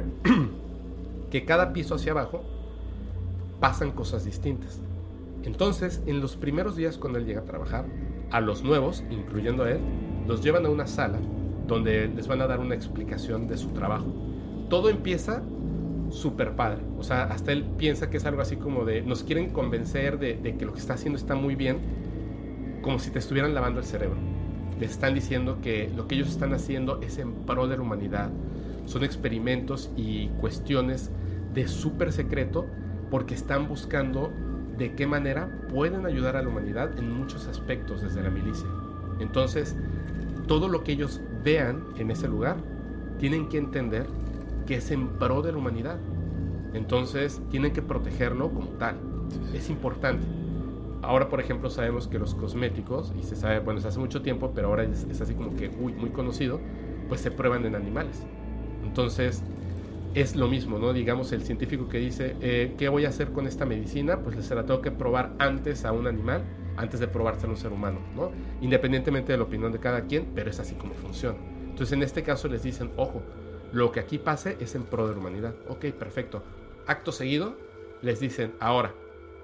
C: que cada piso hacia abajo pasan cosas distintas. Entonces, en los primeros días cuando él llega a trabajar, a los nuevos, incluyendo a él, los llevan a una sala donde les van a dar una explicación de su trabajo. Todo empieza súper padre. O sea, hasta él piensa que es algo así como de... Nos quieren convencer de que lo que está haciendo está muy bien, como si te estuvieran lavando el cerebro. Les están diciendo que lo que ellos están haciendo es en pro de la humanidad. Son experimentos y cuestiones de súper secreto, porque están buscando de qué manera pueden ayudar a la humanidad en muchos aspectos desde la milicia. Entonces, todo lo que ellos vean en ese lugar, tienen que entender que es en pro de la humanidad. Entonces, tienen que protegerlo como tal. Es importante. Ahora, por ejemplo, sabemos que los cosméticos, y se sabe, bueno, es hace mucho tiempo, pero ahora es así como que muy conocido, pues se prueban en animales. Entonces, es lo mismo, ¿no? Digamos, el científico que dice, ¿qué voy a hacer con esta medicina? Pues se la tengo que probar antes a un animal, antes de probársela a un ser humano, ¿no? Independientemente de la opinión de cada quien, pero es así como funciona. Entonces, en este caso les dicen, ojo, lo que aquí pase es en pro de la humanidad. Ok, perfecto. Acto seguido, les dicen, ahora,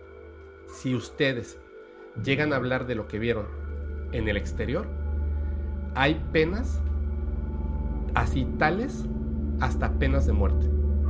C: si ustedes llegan a hablar de lo que vieron en el exterior, hay penas así tales, hasta penas de muerte.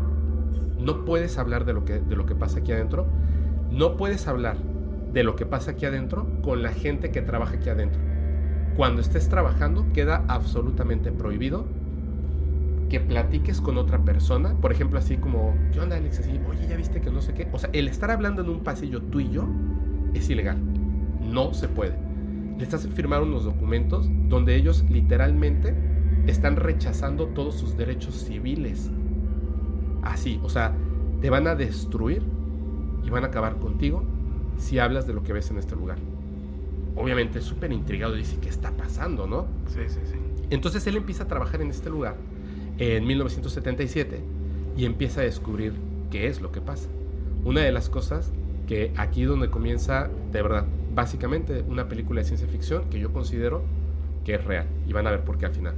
C: No puedes hablar de lo que pasa aquí adentro. No puedes hablar de lo que pasa aquí adentro con la gente que trabaja aquí adentro. Cuando estés trabajando, queda absolutamente prohibido que platiques con otra persona. Por ejemplo, así como, ¿qué onda, Alex? Así, oye, ¿ya viste que no sé qué? O sea, el estar hablando en un pasillo tú y yo es ilegal. No se puede. Les hacen firmar unos documentos donde ellos literalmente están rechazando todos sus derechos civiles. Así, o sea, te van a destruir y van a acabar contigo si hablas de lo que ves en este lugar. Obviamente, súper intrigado, dice, ¿qué está pasando, no?
D: Sí.
C: Entonces él empieza a trabajar en este lugar en 1977 y empieza a descubrir qué es lo que pasa. Una de las cosas que aquí donde comienza, de verdad, básicamente una película de ciencia ficción que yo considero que es real, y van a ver por qué al final.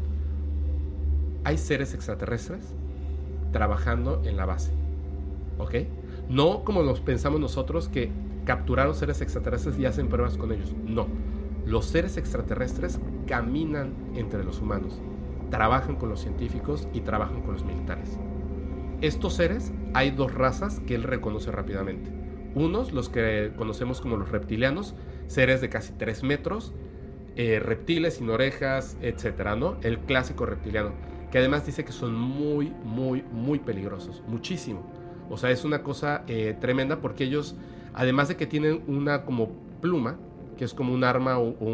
C: Hay seres extraterrestres trabajando en la base, ¿ok? No como los pensamos nosotros, que capturaron seres extraterrestres y hacen pruebas con ellos. No, los seres extraterrestres caminan entre los humanos, trabajan con los científicos y trabajan con los militares. Estos seres, hay 2 razas que él reconoce rápidamente. Unos, los que conocemos como los reptilianos, seres de casi 3 metros, reptiles sin orejas, etcétera, ¿no? El clásico reptiliano, que además dice que son muy peligrosos, muchísimo. O sea, es una cosa tremenda, porque ellos, además de que tienen una como pluma, que es como un arma o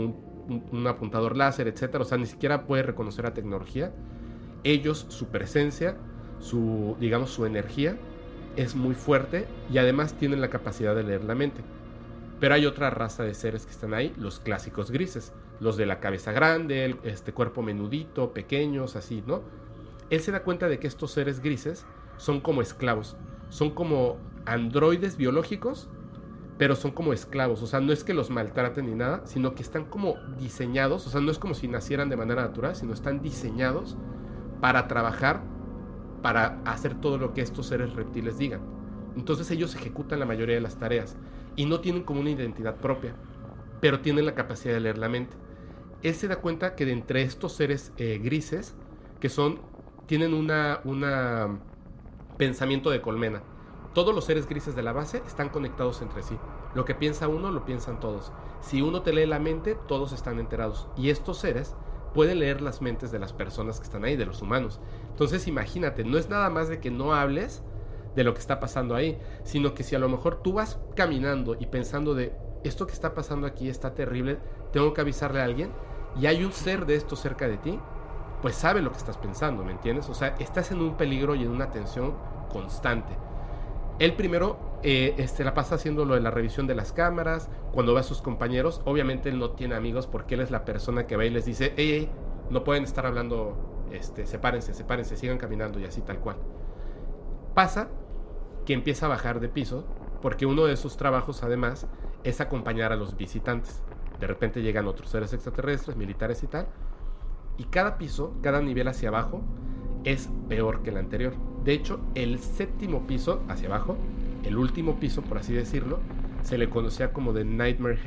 C: un apuntador láser, etcétera. O sea, ni siquiera puede reconocer la tecnología. Ellos, su presencia, su energía es muy fuerte y además tienen la capacidad de leer la mente. Pero hay otra raza de seres que están ahí, los clásicos grises, los de la cabeza grande, el cuerpo menudito, pequeños, así, ¿no? Él se da cuenta de que estos seres grises son como esclavos, son como androides biológicos, pero son como esclavos. O sea, no es que los maltraten ni nada, sino que están como diseñados. O sea, no es como si nacieran de manera natural, sino están diseñados para trabajar, para hacer todo lo que estos seres reptiles digan. Entonces ellos ejecutan la mayoría de las tareas y no tienen como una identidad propia, pero tienen la capacidad de leer la mente. Él se da cuenta que de entre estos seres grises, que tienen un pensamiento de colmena. Todos los seres grises de la base están conectados entre sí. Lo que piensa uno, lo piensan todos. Si uno te lee la mente, todos están enterados. Y estos seres pueden leer las mentes de las personas que están ahí, de los humanos. Entonces imagínate, no es nada más de que no hables de lo que está pasando ahí, sino que si a lo mejor tú vas caminando y pensando de esto que está pasando aquí está terrible, tengo que avisarle a alguien, y hay un ser de esto cerca de ti, pues sabe lo que estás pensando, ¿me entiendes? O sea, estás en un peligro y en una tensión constante. Él primero la pasa haciendo lo de la revisión de las cámaras. Cuando ve a sus compañeros, obviamente él no tiene amigos porque él es la persona que va y les dice, hey, no pueden estar hablando, sepárense, sigan caminando, y así tal cual. Pasa que empieza a bajar de piso, porque uno de sus trabajos además es acompañar a los visitantes. De repente llegan otros seres extraterrestres, militares y tal, y cada piso, cada nivel hacia abajo es peor que el anterior. De hecho, el 7º piso hacia abajo, el último piso por así decirlo, se le conocía como The Nightmare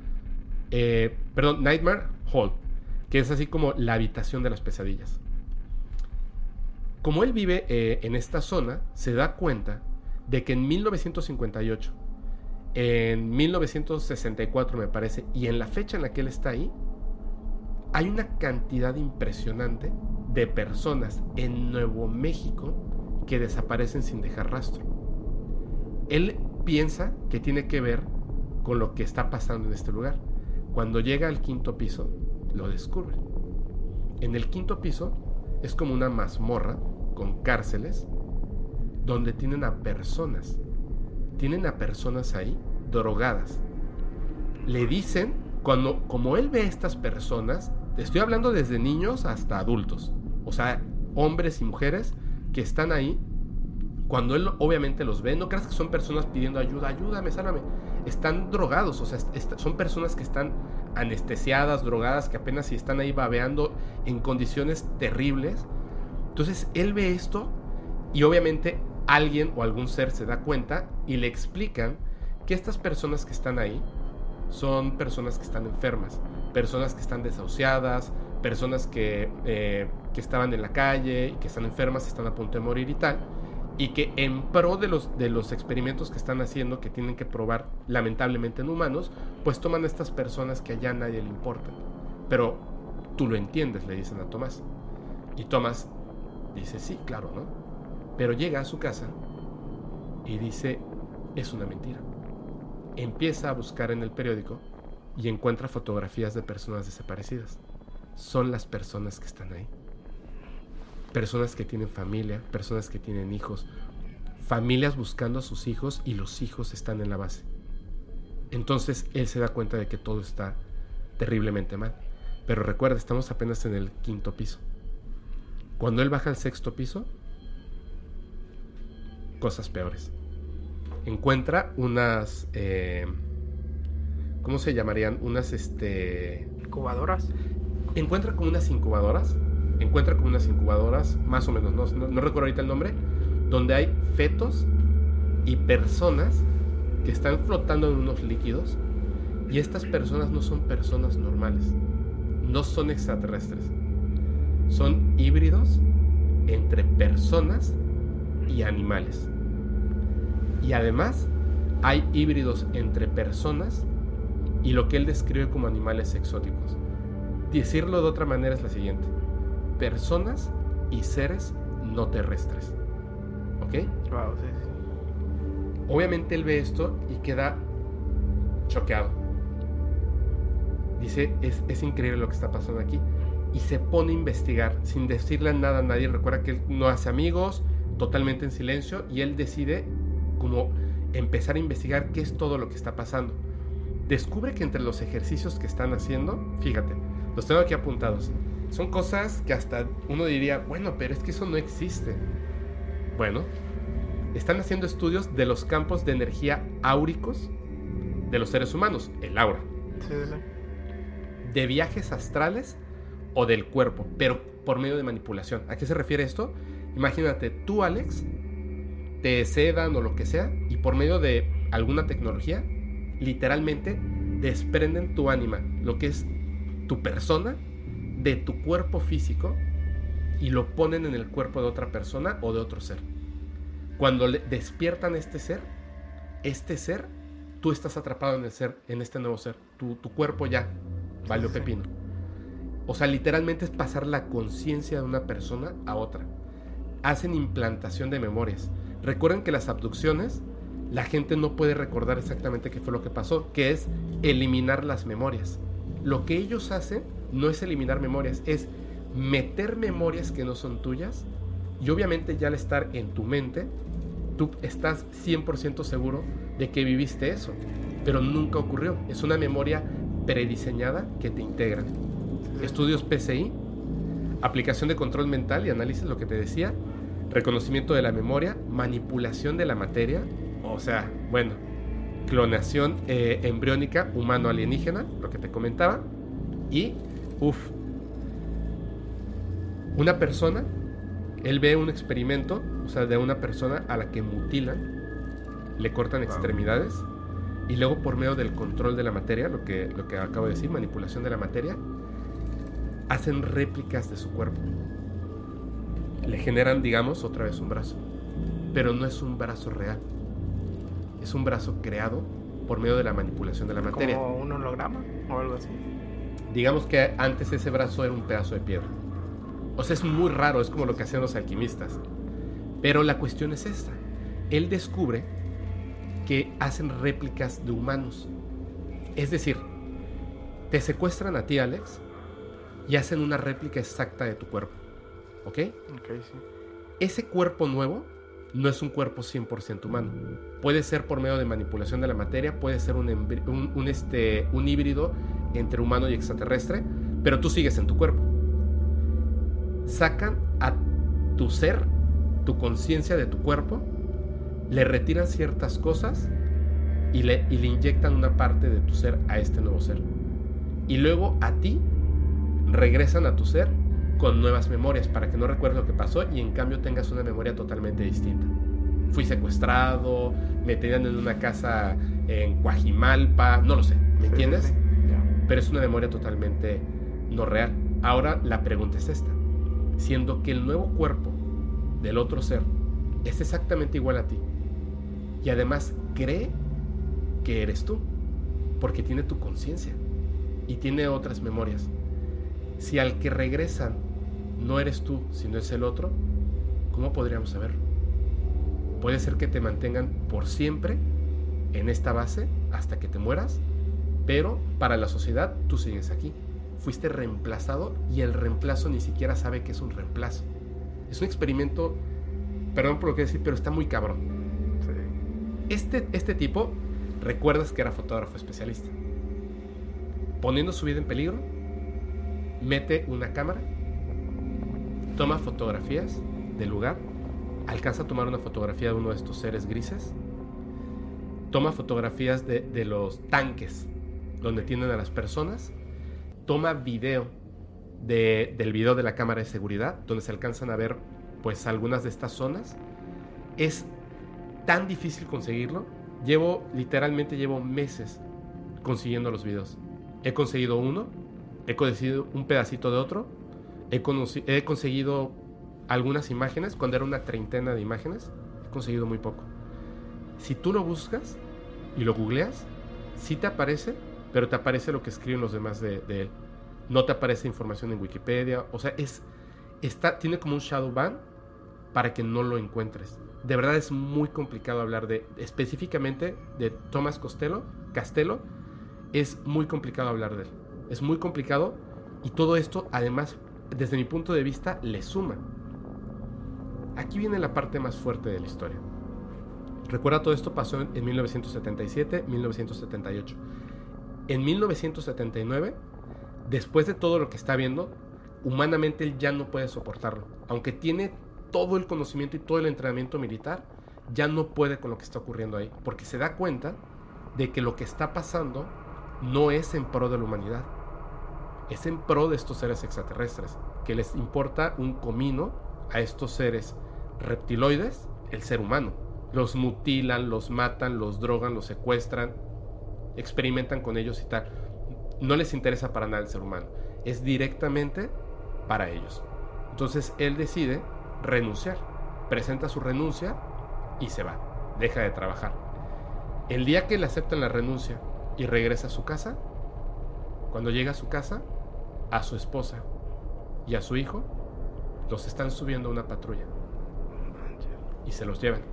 C: Nightmare Hall, que es así como la habitación de las pesadillas. Como él vive en esta zona, se da cuenta de que en 1958, en 1964 me parece, y en la fecha en la que él está ahí, hay una cantidad impresionante de personas en Nuevo México que desaparecen sin dejar rastro. Él piensa que tiene que ver con lo que está pasando en este lugar. Cuando llega al 5º piso, lo descubre. En el 5º piso es como una mazmorra con cárceles donde tienen a personas ahí drogadas. Le dicen, como él ve a estas personas, estoy hablando desde niños hasta adultos, o sea, hombres y mujeres que están ahí, cuando él obviamente los ve, no creas que son personas pidiendo ayuda, ayúdame, sálvame, están drogados, o sea, son personas que están anestesiadas, drogadas, que apenas si están ahí babeando en condiciones terribles. Entonces él ve esto y obviamente alguien o algún ser se da cuenta y le explican que estas personas que están ahí son personas que están enfermas, personas que están desahuciadas, personas que estaban en la calle y que están enfermas, están a punto de morir y tal, y que en pro de los experimentos que están haciendo, que tienen que probar lamentablemente en humanos, pues toman a estas personas que allá a nadie le importan. Pero tú lo entiendes, le dicen a Tomás. Y Tomás dice, sí, claro, ¿no? Pero llega a su casa y dice, es una mentira. Empieza a buscar en el periódico y encuentra fotografías de personas desaparecidas. Son las personas que están ahí. Personas que tienen familia, personas que tienen hijos, familias buscando a sus hijos y los hijos están en la base. Entonces él se da cuenta de que todo está terriblemente mal. Pero recuerda, estamos apenas en el 5º piso. Cuando él baja al 6º piso, cosas peores. Encuentra unas ¿cómo se llamarían? Unas
D: ¿Incubadoras?
C: Encuentra como unas incubadoras, más o menos, no recuerdo ahorita el nombre, donde hay fetos y personas que están flotando en unos líquidos, y estas personas no son personas normales, no son extraterrestres, son híbridos entre personas y animales. Y además hay híbridos entre personas y lo que él describe como animales exóticos. Decirlo de otra manera es la siguiente: personas y seres no terrestres. ¿Ok?
D: Wow, sí.
C: Obviamente él ve esto y queda choqueado. dice, es increíble lo que está pasando aquí. Y se pone a investigar sin decirle nada a nadie. Recuerda que él no hace amigos, totalmente en silencio, y él decide como empezar a investigar qué es todo lo que está pasando. Descubre que entre los ejercicios que están haciendo, fíjate, los tengo aquí apuntados, son cosas que hasta uno diría, bueno, pero es que eso no existe. Bueno, están haciendo estudios de los campos de energía áuricos de los seres humanos, el aura,
D: Sí.
C: de viajes astrales o del cuerpo, pero por medio de manipulación. ¿A qué se refiere esto? Imagínate, tú, Alex, te sedan o lo que sea, y por medio de alguna tecnología, literalmente desprenden tu ánima, lo que es tu persona, de tu cuerpo físico, y lo ponen en el cuerpo de otra persona o de otro ser. Cuando despiertan este ser, tú estás atrapado en el ser, en este nuevo ser. Tu cuerpo ya valió pepino. O sea, literalmente es pasar la conciencia de una persona a otra. Hacen implantación de memorias. Recuerden que las abducciones, la gente no puede recordar exactamente qué fue lo que pasó, que es eliminar las memorias. Lo que ellos hacen no es eliminar memorias, es meter memorias que no son tuyas, y obviamente ya al estar en tu mente, tú estás 100% seguro de que viviste eso, pero nunca ocurrió. Es una memoria prediseñada que te integra. Estudios PCI, aplicación de control mental y análisis, lo que te decía, reconocimiento de la memoria, manipulación de la materia, o sea, bueno, clonación embriónica humano-alienígena, lo que te comentaba, y, una persona, él ve un experimento, o sea, de una persona a la que mutilan, le cortan extremidades, y luego por medio del control de la materia, lo que acabo de decir, manipulación de la materia, hacen réplicas de su cuerpo. Le generan, digamos, otra vez un brazo, pero no es un brazo real, es un brazo creado por medio de la manipulación de la materia.
D: ¿Como un holograma o algo así?
C: Digamos que antes ese brazo era un pedazo de piedra. O sea, es muy raro, es como lo que hacían los alquimistas. Pero la cuestión es esta. Él descubre que hacen réplicas de humanos. Es decir, te secuestran a ti, Alex, y hacen una réplica exacta de tu cuerpo. ¿Ok?
D: Ok, sí.
C: Ese cuerpo nuevo no es un cuerpo 100% humano. Puede ser por medio de manipulación de la materia, puede ser un híbrido entre humano y extraterrestre, pero tú sigues en tu cuerpo. Sacan a tu ser, tu conciencia de tu cuerpo, le retiran ciertas cosas y le inyectan una parte de tu ser a este nuevo ser. Y luego a ti regresan a tu ser con nuevas memorias para que no recuerdes lo que pasó y en cambio tengas una memoria totalmente distinta. Fui secuestrado, me tenían en una casa en Coajimalpa, no lo sé, ¿me entiendes?
D: Sí. Yeah.
C: Pero es una memoria totalmente no real. Ahora la pregunta es esta: siendo que el nuevo cuerpo del otro ser es exactamente igual a ti y además cree que eres tú porque tiene tu conciencia y tiene otras memorias, si al que regresan no eres tú sino es el otro, ¿cómo podríamos saberlo? Puede ser que te mantengan por siempre en esta base hasta que te mueras, pero para la sociedad tú sigues aquí. Fuiste reemplazado y el reemplazo ni siquiera sabe que es un reemplazo. Es un experimento, perdón por lo que decir, pero está muy cabrón.
D: Sí.
C: Este tipo, recuerdas que era fotógrafo especialista. Poniendo su vida en peligro, mete una cámara, toma fotografías del lugar, alcanza a tomar una fotografía de uno de estos seres grises, toma fotografías de los tanques donde tienen a las personas, toma video del video de la cámara de seguridad donde se alcanzan a ver pues algunas de estas zonas. Es tan difícil conseguirlo. Literalmente llevo meses consiguiendo los videos. He conseguido uno, he conseguido un pedacito de otro, he conseguido algunas imágenes, cuando era una treintena de imágenes, he conseguido muy poco. Si tú lo buscas y lo googleas, sí te aparece, pero te aparece lo que escriben los demás de él. No te aparece información en Wikipedia. O sea, tiene como un shadow ban para que no lo encuentres. De verdad es muy complicado hablar específicamente de Thomas Castello. Es muy complicado hablar de él. Es muy complicado y todo esto, además, desde mi punto de vista, le suma. Aquí viene la parte más fuerte de la historia. Recuerda, todo esto pasó en 1977, 1978. En 1979, después de todo lo que está viendo, humanamente él ya no puede soportarlo. Aunque tiene todo el conocimiento y todo el entrenamiento militar, ya no puede con lo que está ocurriendo ahí, porque se da cuenta de que lo que está pasando no es en pro de la humanidad, es en pro de estos seres extraterrestres, que les importa un comino a estos seres reptiloides, el ser humano. Los mutilan, los matan, los drogan, los secuestran, experimentan con ellos y tal. No les interesa para nada el ser humano, es directamente para ellos. Entonces él decide renunciar, presenta su renuncia y se va, deja de trabajar. El día que le aceptan la renuncia y regresa a su casa, cuando llega a su casa, a su esposa y a su hijo los están subiendo a una patrulla y se los llevan.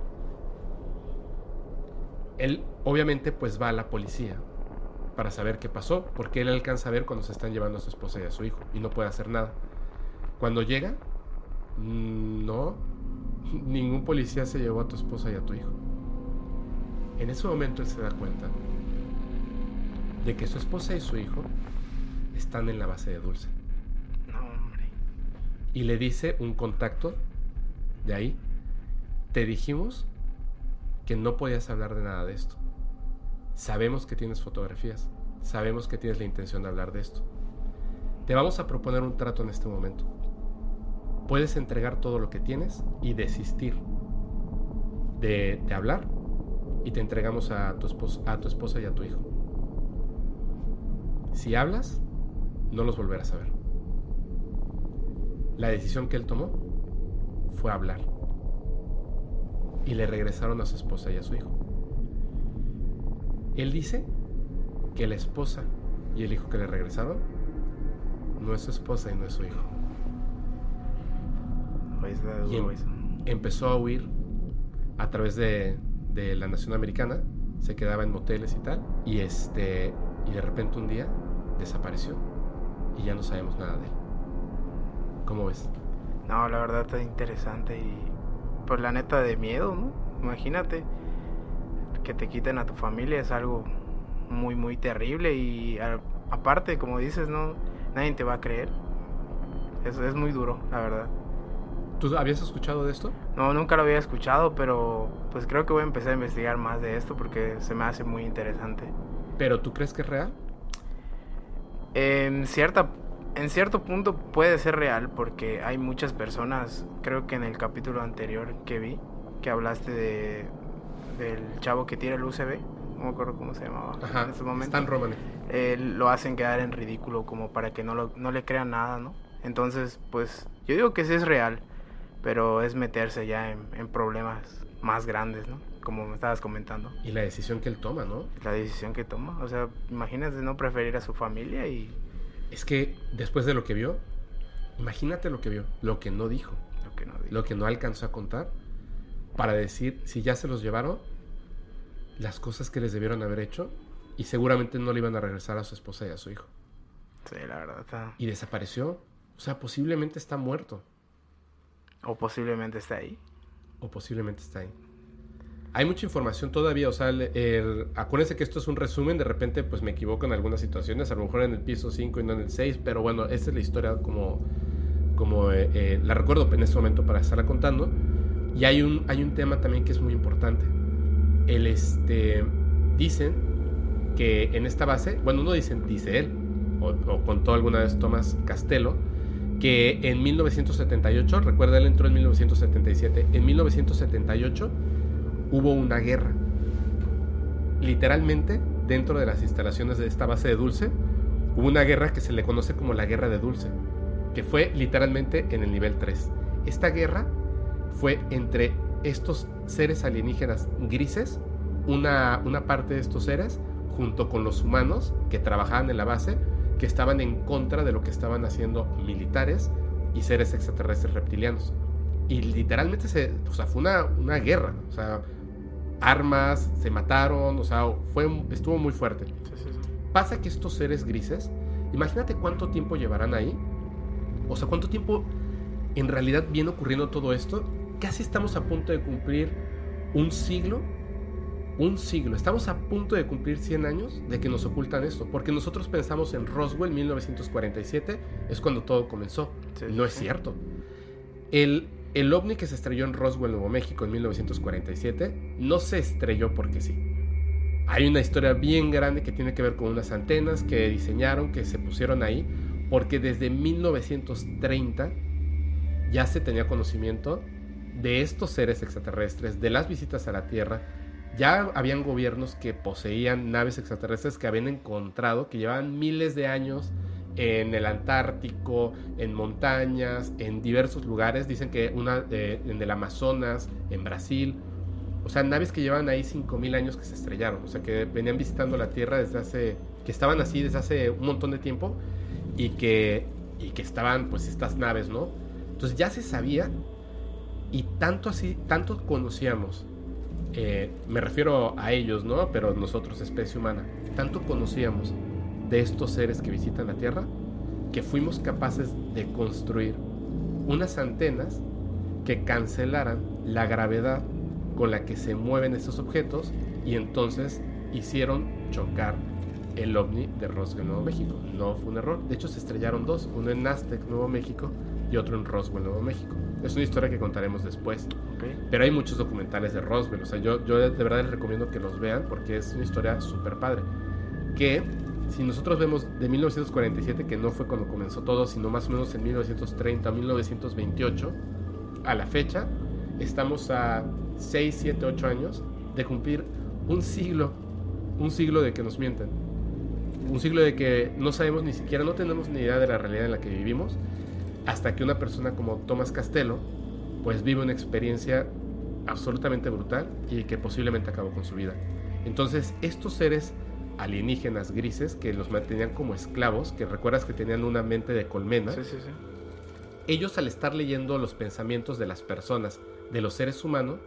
C: Él obviamente pues va a la policía para saber qué pasó, porque él alcanza a ver cuando se están llevando a su esposa y a su hijo y no puede hacer nada. Cuando llega, no, ningún policía se llevó a tu esposa y a tu hijo. En ese momento él se da cuenta de que su esposa y su hijo están en la base de Dulce.
D: No, hombre.
C: Y le dice un contacto de ahí: te dijimos que no podías hablar de nada de esto. Sabemos que tienes fotografías, sabemos que tienes la intención de hablar de esto. Te vamos a proponer un trato en este momento. Puedes entregar todo lo que tienes y desistir de hablar, y te entregamos a tu esposa y a tu hijo. Si hablas, no los volverás a ver. La decisión que él tomó fue hablar, y le regresaron a su esposa y a su hijo. Él dice que la esposa y el hijo que le regresaron no es su esposa y no es su hijo.
D: Pues
C: Y empezó a huir a través de la nación americana, se quedaba en moteles y tal, y de repente un día desapareció y ya no sabemos nada de él. ¿Cómo ves?
D: No, la verdad está interesante y pues la neta de miedo, ¿no? Imagínate que te quiten a tu familia, es algo muy muy terrible y aparte, como dices, no, nadie te va a creer. Eso es muy duro, la verdad.
C: ¿Tú habías escuchado de esto?
D: No, nunca lo había escuchado, pero pues creo que voy a empezar a investigar más de esto porque se me hace muy interesante.
C: ¿Pero tú crees que es real?
D: En cierto punto puede ser real porque hay muchas personas, creo que en el capítulo anterior que vi, que hablaste del chavo que tira el USB, no me acuerdo cómo se llamaba.
C: Ajá,
D: en ese momento.
C: Stan Romanek.
D: Lo hacen quedar en ridículo como para que no le crean nada, ¿no? Entonces, pues yo digo que sí es real, pero es meterse ya en problemas más grandes, ¿no? Como me estabas comentando.
C: Y la decisión que él toma, ¿no?
D: La decisión que toma, o sea, imagínate no preferir a su familia y...
C: Es que después de lo que vio, imagínate lo que vio, lo que no dijo, lo que no alcanzó a contar, para decir, si ya se los llevaron, las cosas que les debieron haber hecho, y seguramente no le iban a regresar a su esposa y a su hijo.
D: Sí, la verdad está...
C: Y desapareció, o sea, posiblemente está muerto.
D: O posiblemente está ahí.
C: O posiblemente está ahí. Hay mucha información todavía, o sea, acuérdense que esto es un resumen, de repente pues me equivoco en algunas situaciones, a lo mejor en el piso 5 y no en el 6, pero bueno, esta es la historia como la recuerdo en este momento para estarla contando. Y hay un tema también que es muy importante. Dicen que en esta base, bueno, no dicen, dice él, o contó alguna vez Tomás Castello, que en 1978, recuerda, él entró en 1977, en 1978 hubo una guerra. Literalmente, dentro de las instalaciones de esta base de Dulce, hubo una guerra que se le conoce como la Guerra de Dulce, que fue literalmente en el nivel 3. Esta guerra fue entre estos seres alienígenas grises, una parte de estos seres, junto con los humanos que trabajaban en la base, que estaban en contra de lo que estaban haciendo militares y seres extraterrestres reptilianos. Y literalmente fue una guerra, o sea, armas, se mataron, o sea, estuvo muy fuerte.
D: Sí.
C: Pasa que estos seres grises Imagínate cuánto tiempo llevarán ahí. O sea, cuánto tiempo en realidad viene ocurriendo todo esto. Casi estamos a punto de cumplir un siglo. Estamos a punto de cumplir 100 años de que nos ocultan esto. Porque nosotros pensamos en Roswell 1947, es cuando todo comenzó. No es cierto. El ovni que se estrelló en Roswell, Nuevo México, en 1947, no se estrelló porque sí. Hay una historia bien grande que tiene que ver con unas antenas que diseñaron, que se pusieron ahí, porque desde 1930 ya se tenía conocimiento de estos seres extraterrestres, de las visitas a la Tierra. Ya habían gobiernos que poseían naves extraterrestres que habían encontrado, que llevaban miles de años en el Antártico, en montañas, en diversos lugares. Dicen que una en el Amazonas, en Brasil. O sea, naves que llevan ahí 5,000 años que se estrellaron. O sea, que venían visitando la Tierra que estaban así desde hace un montón de tiempo y que estaban, pues, estas naves, ¿no? Entonces ya se sabía, y tanto conocíamos, me refiero a ellos, ¿no? Pero nosotros, especie humana, tanto conocíamos de estos seres que visitan la Tierra, que fuimos capaces de construir unas antenas que cancelaran la gravedad con la que se mueven estos objetos, y entonces hicieron chocar el ovni de Roswell, Nuevo México. No fue un error. De hecho, se estrellaron dos, uno en Aztec, Nuevo México, y otro en Roswell, Nuevo México. Es una historia que contaremos después. Pero hay muchos documentales de Roswell. O sea, yo de verdad les recomiendo que los vean, porque es una historia súper padre. Que si nosotros vemos de 1947, que no fue cuando comenzó todo, sino más o menos en 1930 o 1928, a la fecha, estamos a 6, 7, 8 años de cumplir un siglo de que nos mienten. Un siglo de que no sabemos ni siquiera, no tenemos ni idea de la realidad en la que vivimos, hasta que una persona como Thomas Castello pues vive una experiencia absolutamente brutal y que posiblemente acabó con su vida. Entonces, estos seres alienígenas grises que los mantenían como esclavos, que recuerdas que tenían una mente de colmena,
D: Sí.
C: ellos, al estar leyendo los pensamientos de las personas, de los seres humanos,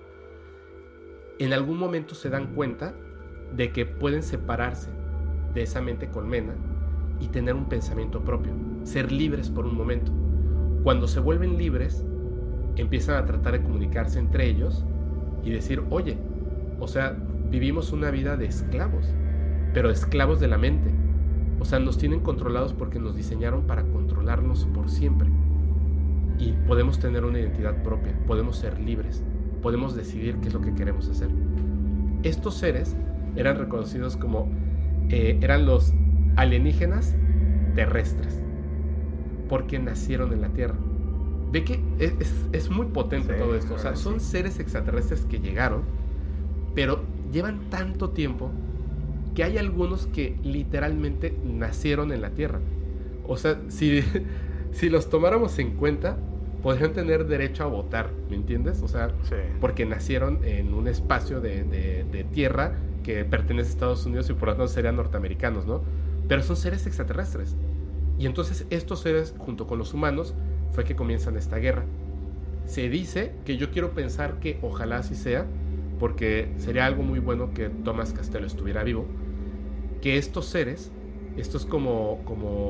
C: en algún momento se dan cuenta de que pueden separarse de esa mente colmena y tener un pensamiento propio, ser libres por un momento. Cuando se vuelven libres, empiezan a tratar de comunicarse entre ellos y decir, oye, o sea, vivimos una vida de esclavos, pero esclavos de la mente. O sea, nos tienen controlados porque nos diseñaron para controlarnos por siempre. Y podemos tener una identidad propia, podemos ser libres, podemos decidir qué es lo que queremos hacer. Estos seres eran reconocidos como, eran los alienígenas terrestres, porque nacieron en la Tierra. Ve que es muy potente todo esto. O sea, son seres extraterrestres que llegaron, pero llevan tanto tiempo que hay algunos que literalmente nacieron en la Tierra. O sea, si los tomáramos en cuenta, podrían tener derecho a votar, ¿me entiendes? O sea, porque nacieron en un espacio de tierra que pertenece a Estados Unidos y por lo tanto serían norteamericanos, ¿no? Pero son seres extraterrestres. Y entonces estos seres, junto con los humanos, fue que comienzan esta guerra. Se dice, que yo quiero pensar que ojalá así sea, porque sería algo muy bueno que Thomas Castello estuviera vivo, que estos seres, estos como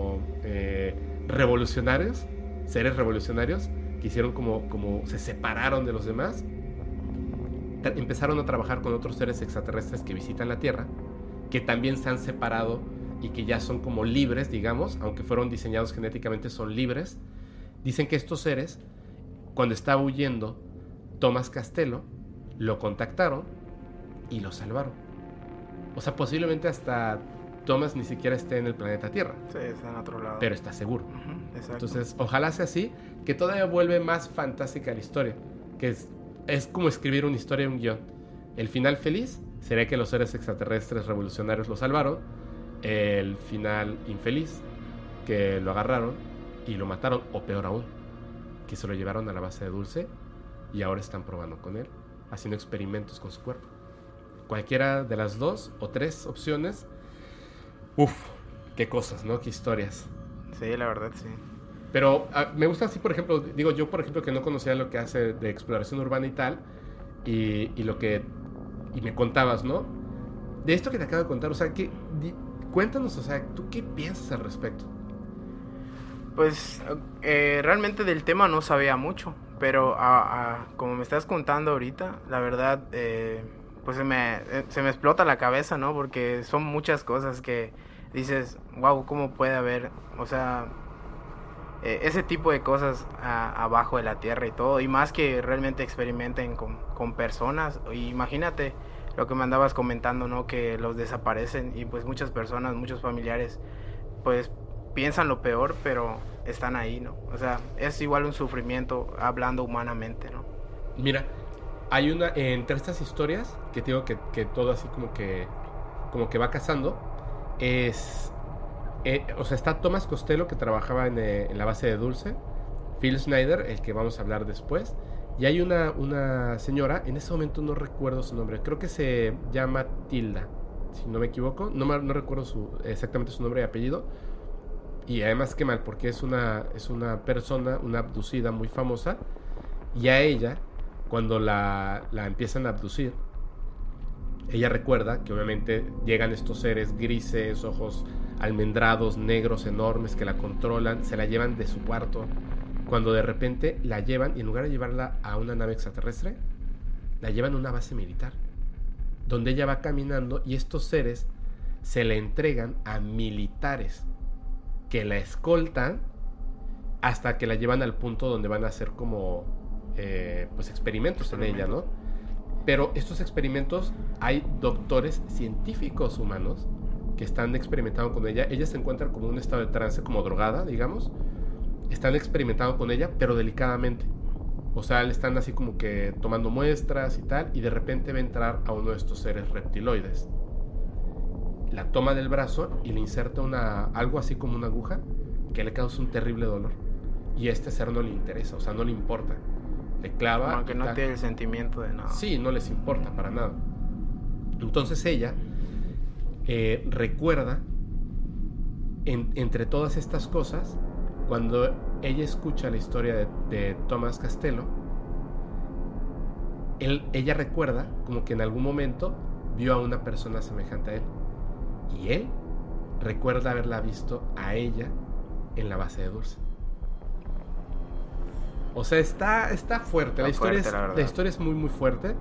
C: revolucionarios, seres revolucionarios, que hicieron como se separaron de los demás, empezaron a trabajar con otros seres extraterrestres que visitan la Tierra, que también se han separado y que ya son como libres, digamos, aunque fueron diseñados genéticamente, son libres. Dicen que estos seres, cuando estaba huyendo Thomas Castello, lo contactaron y lo salvaron. O sea, posiblemente hasta Thomas ni siquiera esté en el planeta Tierra.
D: Sí, está en otro lado.
C: Pero está seguro.
D: Exacto.
C: Entonces, ojalá sea así, que todavía vuelve más fantástica la historia. Que es como escribir una historia y un guión. El final feliz sería que los seres extraterrestres revolucionarios lo salvaron. El final infeliz, que lo agarraron y lo mataron. O peor aún, que se lo llevaron a la base de Dulce y ahora están probando con él, haciendo experimentos con su cuerpo. Cualquiera de las dos o tres opciones, qué cosas, ¿no? Qué historias.
D: Sí, la verdad, sí.
C: Pero me gusta así, por ejemplo, digo yo, por ejemplo, que no conocía lo que hace de exploración urbana y tal, y me contabas, ¿no? De esto que te acabo de contar, o sea, cuéntanos, o sea, ¿tú qué piensas al respecto?
D: Pues realmente del tema no sabía mucho, pero como me estás contando ahorita, la verdad, pues se me explota la cabeza, ¿no? Porque son muchas cosas que dices, wow, ¿cómo puede haber, o sea, ese tipo de cosas abajo de la tierra y todo? Y más que realmente experimenten con personas. Imagínate lo que me andabas comentando, ¿no? Que los desaparecen y pues muchas personas, muchos familiares, pues piensan lo peor, pero están ahí, ¿no? O sea, es igual un sufrimiento hablando humanamente, ¿no?
C: Mira, hay una, entre estas historias, que te digo que todo así como que va casando, es, o sea, está Thomas Costello, que trabajaba en la base de Dulce, Phil Schneider, el que vamos a hablar después, y hay una señora, en ese momento no recuerdo su nombre, creo que se llama Tilda, si no me equivoco, no recuerdo exactamente su nombre y apellido, y además qué mal, porque es una persona, una abducida muy famosa, y a ella, cuando la empiezan a abducir, ella recuerda que obviamente llegan estos seres grises, ojos almendrados, negros, enormes, que la controlan, se la llevan de su cuarto, cuando de repente la llevan, y en lugar de llevarla a una nave extraterrestre, la llevan a una base militar, donde ella va caminando, y estos seres se le entregan a militares, que la escoltan hasta que la llevan al punto donde van a hacer como pues experimentos en ella, ¿no? Pero estos experimentos, hay doctores científicos humanos que están experimentando con ella. Ella se encuentra como en un estado de trance, como drogada, digamos. Están experimentando con ella, pero delicadamente. O sea, le están así como que tomando muestras y tal, y de repente va a entrar a uno de estos seres reptiloides. La toma del brazo y le inserta algo así como una aguja que le causa un terrible dolor. Y a este ser no le interesa, o sea, no le importa. Le clava.
D: Como que no tiene el sentimiento de nada.
C: Sí, no les importa para nada. Entonces ella recuerda, entre todas estas cosas, cuando ella escucha la historia de Thomas Costello, ella recuerda como que en algún momento vio a una persona semejante a él. Y él recuerda haberla visto a ella en la base de Dulce. O sea, está fuerte. La historia es muy, muy fuerte.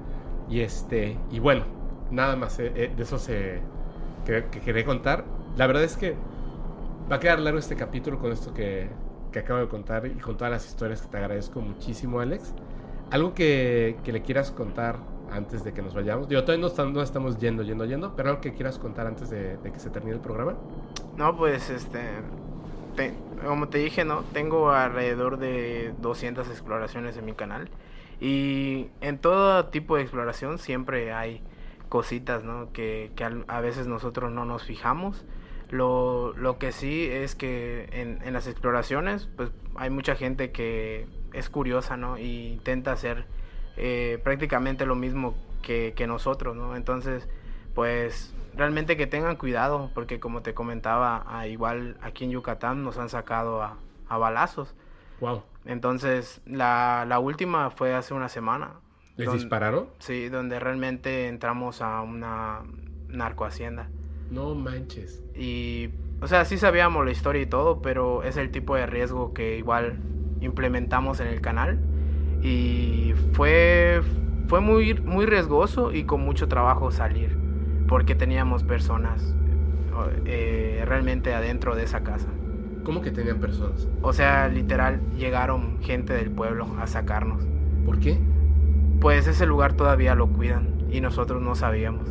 C: Y bueno, nada más de eso que quería contar. La verdad es que va a quedar largo este capítulo con esto que acabo de contar y con todas las historias, que te agradezco muchísimo, Alex. Algo que le quieras contar antes de que nos vayamos. Digo, todavía no estamos yendo, pero algo que quieras contar antes de que se termine el programa.
D: No, pues como te dije, ¿no? Tengo alrededor de 200 exploraciones en mi canal. Y en todo tipo de exploración siempre hay cositas, ¿no? Que a veces nosotros no nos fijamos. Lo que sí es que en las exploraciones, pues hay mucha gente que es curiosa, ¿no? Y intenta hacer prácticamente lo mismo que nosotros, ¿no? Entonces, pues realmente que tengan cuidado, porque como te comentaba, igual aquí en Yucatán nos han sacado a balazos.
C: Wow.
D: Entonces, la última fue hace una semana.
C: ¿Les dispararon?
D: Sí, donde realmente entramos a una narcohacienda.
C: No manches.
D: Y, o sea, sí sabíamos la historia y todo, pero es el tipo de riesgo que igual implementamos en el canal. Y fue muy, muy riesgoso y con mucho trabajo salir, porque teníamos personas realmente adentro de esa casa.
C: ¿Cómo que tenían personas?
D: O sea, literal, llegaron gente del pueblo a sacarnos.
C: ¿Por qué?
D: Pues ese lugar todavía lo cuidan y nosotros no sabíamos.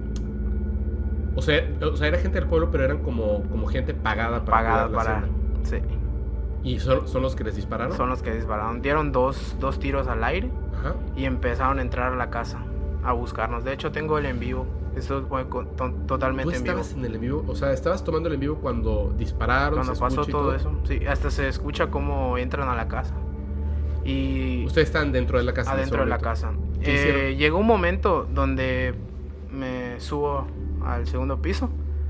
C: O sea, era gente del pueblo, pero eran como gente pagada para...
D: Sí.
C: ¿Y son los que les dispararon?
D: Son los que dispararon. Dieron dos tiros al aire. Ajá. Y empezaron a entrar a la casa a buscarnos. De hecho, tengo el en vivo. Esto fue totalmente en vivo. ¿Tú
C: estabas en el en vivo? O sea, ¿estabas tomando el en vivo cuando dispararon?
D: Cuando pasó todo eso. Sí, hasta se escucha cómo entran a la casa. Y
C: ¿ustedes están dentro de la casa?
D: Adentro de la casa. Llegó un momento donde me subo al segundo piso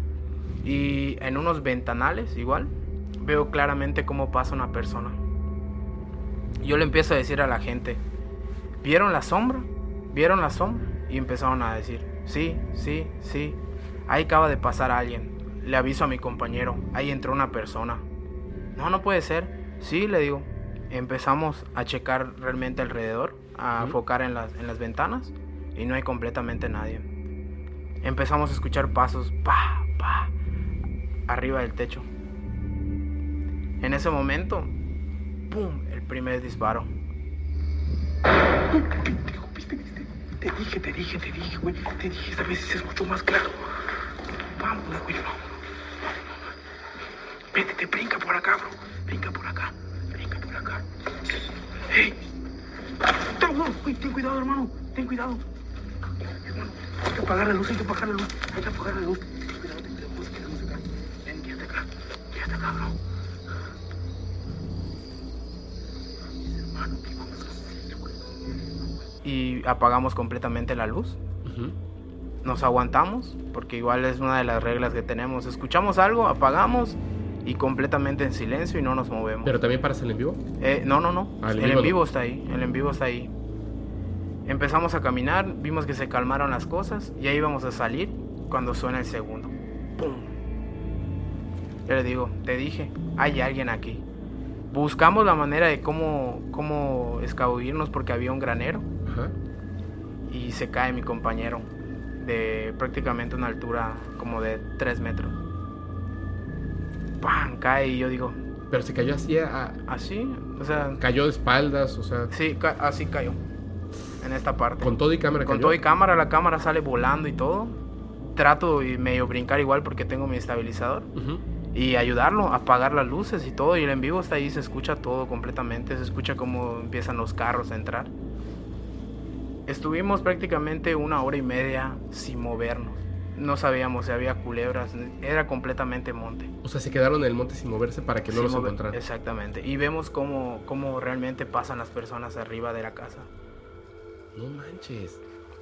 D: y en unos ventanales igual veo claramente cómo pasa una persona. Yo le empiezo a decir a la gente, ¿vieron la sombra? ¿Vieron la sombra? Y empezaron a decir, sí, ahí acaba de pasar alguien. Le aviso a mi compañero, ahí entró una persona. No puede ser. Sí, le digo. Empezamos a checar realmente alrededor, a enfocar en las ventanas y no hay completamente nadie. Empezamos a escuchar pasos, pa, pa, arriba del techo. En ese momento, ¡pum!, el primer disparo.
E: ¿Viste? Te dije, güey. Te dije, esta vez se escuchó más claro. Vamos, güey, vamos. Vete, brinca por acá, bro. Brinca por acá. ¡Hey! Güey, ten cuidado, hermano. Ten cuidado. Hermano, hay que apagar la luz. Ten cuidado, tenemos que la música. Ven, quédate acá, bro. Hermano, ¿qué vamos a hacer, güey?
D: Y apagamos completamente la luz. Nos aguantamos, porque igual es una de las reglas que tenemos. Escuchamos algo, apagamos y completamente en silencio y no nos movemos.
C: ¿Pero también paras el en vivo?
D: No.
C: Ah,
D: el en vivo está ahí. El en vivo está ahí. Empezamos a caminar, vimos que se calmaron las cosas y ahí íbamos a salir cuando suena el segundo. ¡Pum! Yo le digo, te dije, hay alguien aquí. Buscamos la manera de cómo escabullirnos porque había un granero.
C: Ajá.
D: Y se cae mi compañero de prácticamente una altura como de 3 metros. ¡Pam! Cae y yo digo...
C: Pero se cayó así
D: ¿Así? O sea...
C: Cayó de espaldas, o sea...
D: Sí, así cayó. En esta parte.
C: ¿Con todo y cámara
D: Con
C: cayó?
D: todo y cámara, la cámara sale volando y todo. Trato y medio brincar igual porque tengo mi estabilizador. Y ayudarlo a apagar las luces y todo. Y el en vivo está ahí, se escucha todo completamente. Se escucha cómo empiezan los carros a entrar. Estuvimos prácticamente 1 hora y media sin movernos. No sabíamos si había culebras. Era completamente monte.
C: O sea, se quedaron en el monte sin moverse para que no los encontraran.
D: Exactamente. Y vemos cómo realmente pasan las personas arriba de la casa.
C: No manches.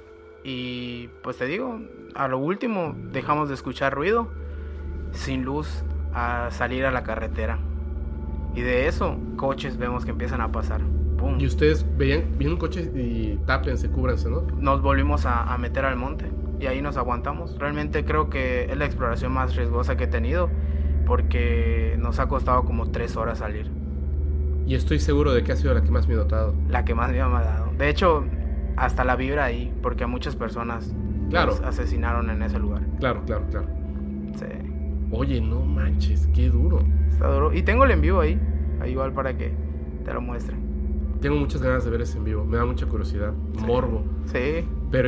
D: Y pues te digo, a lo último dejamos de escuchar ruido, sin luz, a salir a la carretera. Y de eso, coches vemos que empiezan a pasar. ¡Pum!
C: Y ustedes veían un coche y tápense, cúbranse, ¿no?
D: Nos volvimos a meter al monte y ahí nos aguantamos. Realmente creo que es la exploración más riesgosa que he tenido porque nos ha costado como 3 horas salir.
C: Y estoy seguro de que ha sido la que más miedo te ha dado.
D: La que más miedo me ha dado. De hecho, hasta la vibra ahí, porque a muchas personas
C: Claro.
D: asesinaron en ese lugar.
C: Claro.
D: Sí.
C: Oye, no manches, qué duro.
D: Está duro. Y tengo el en vivo ahí igual para que te lo muestre.
C: Tengo muchas ganas de ver ese en vivo, me da mucha curiosidad,
D: Sí.
C: morbo.
D: Sí.
C: Pero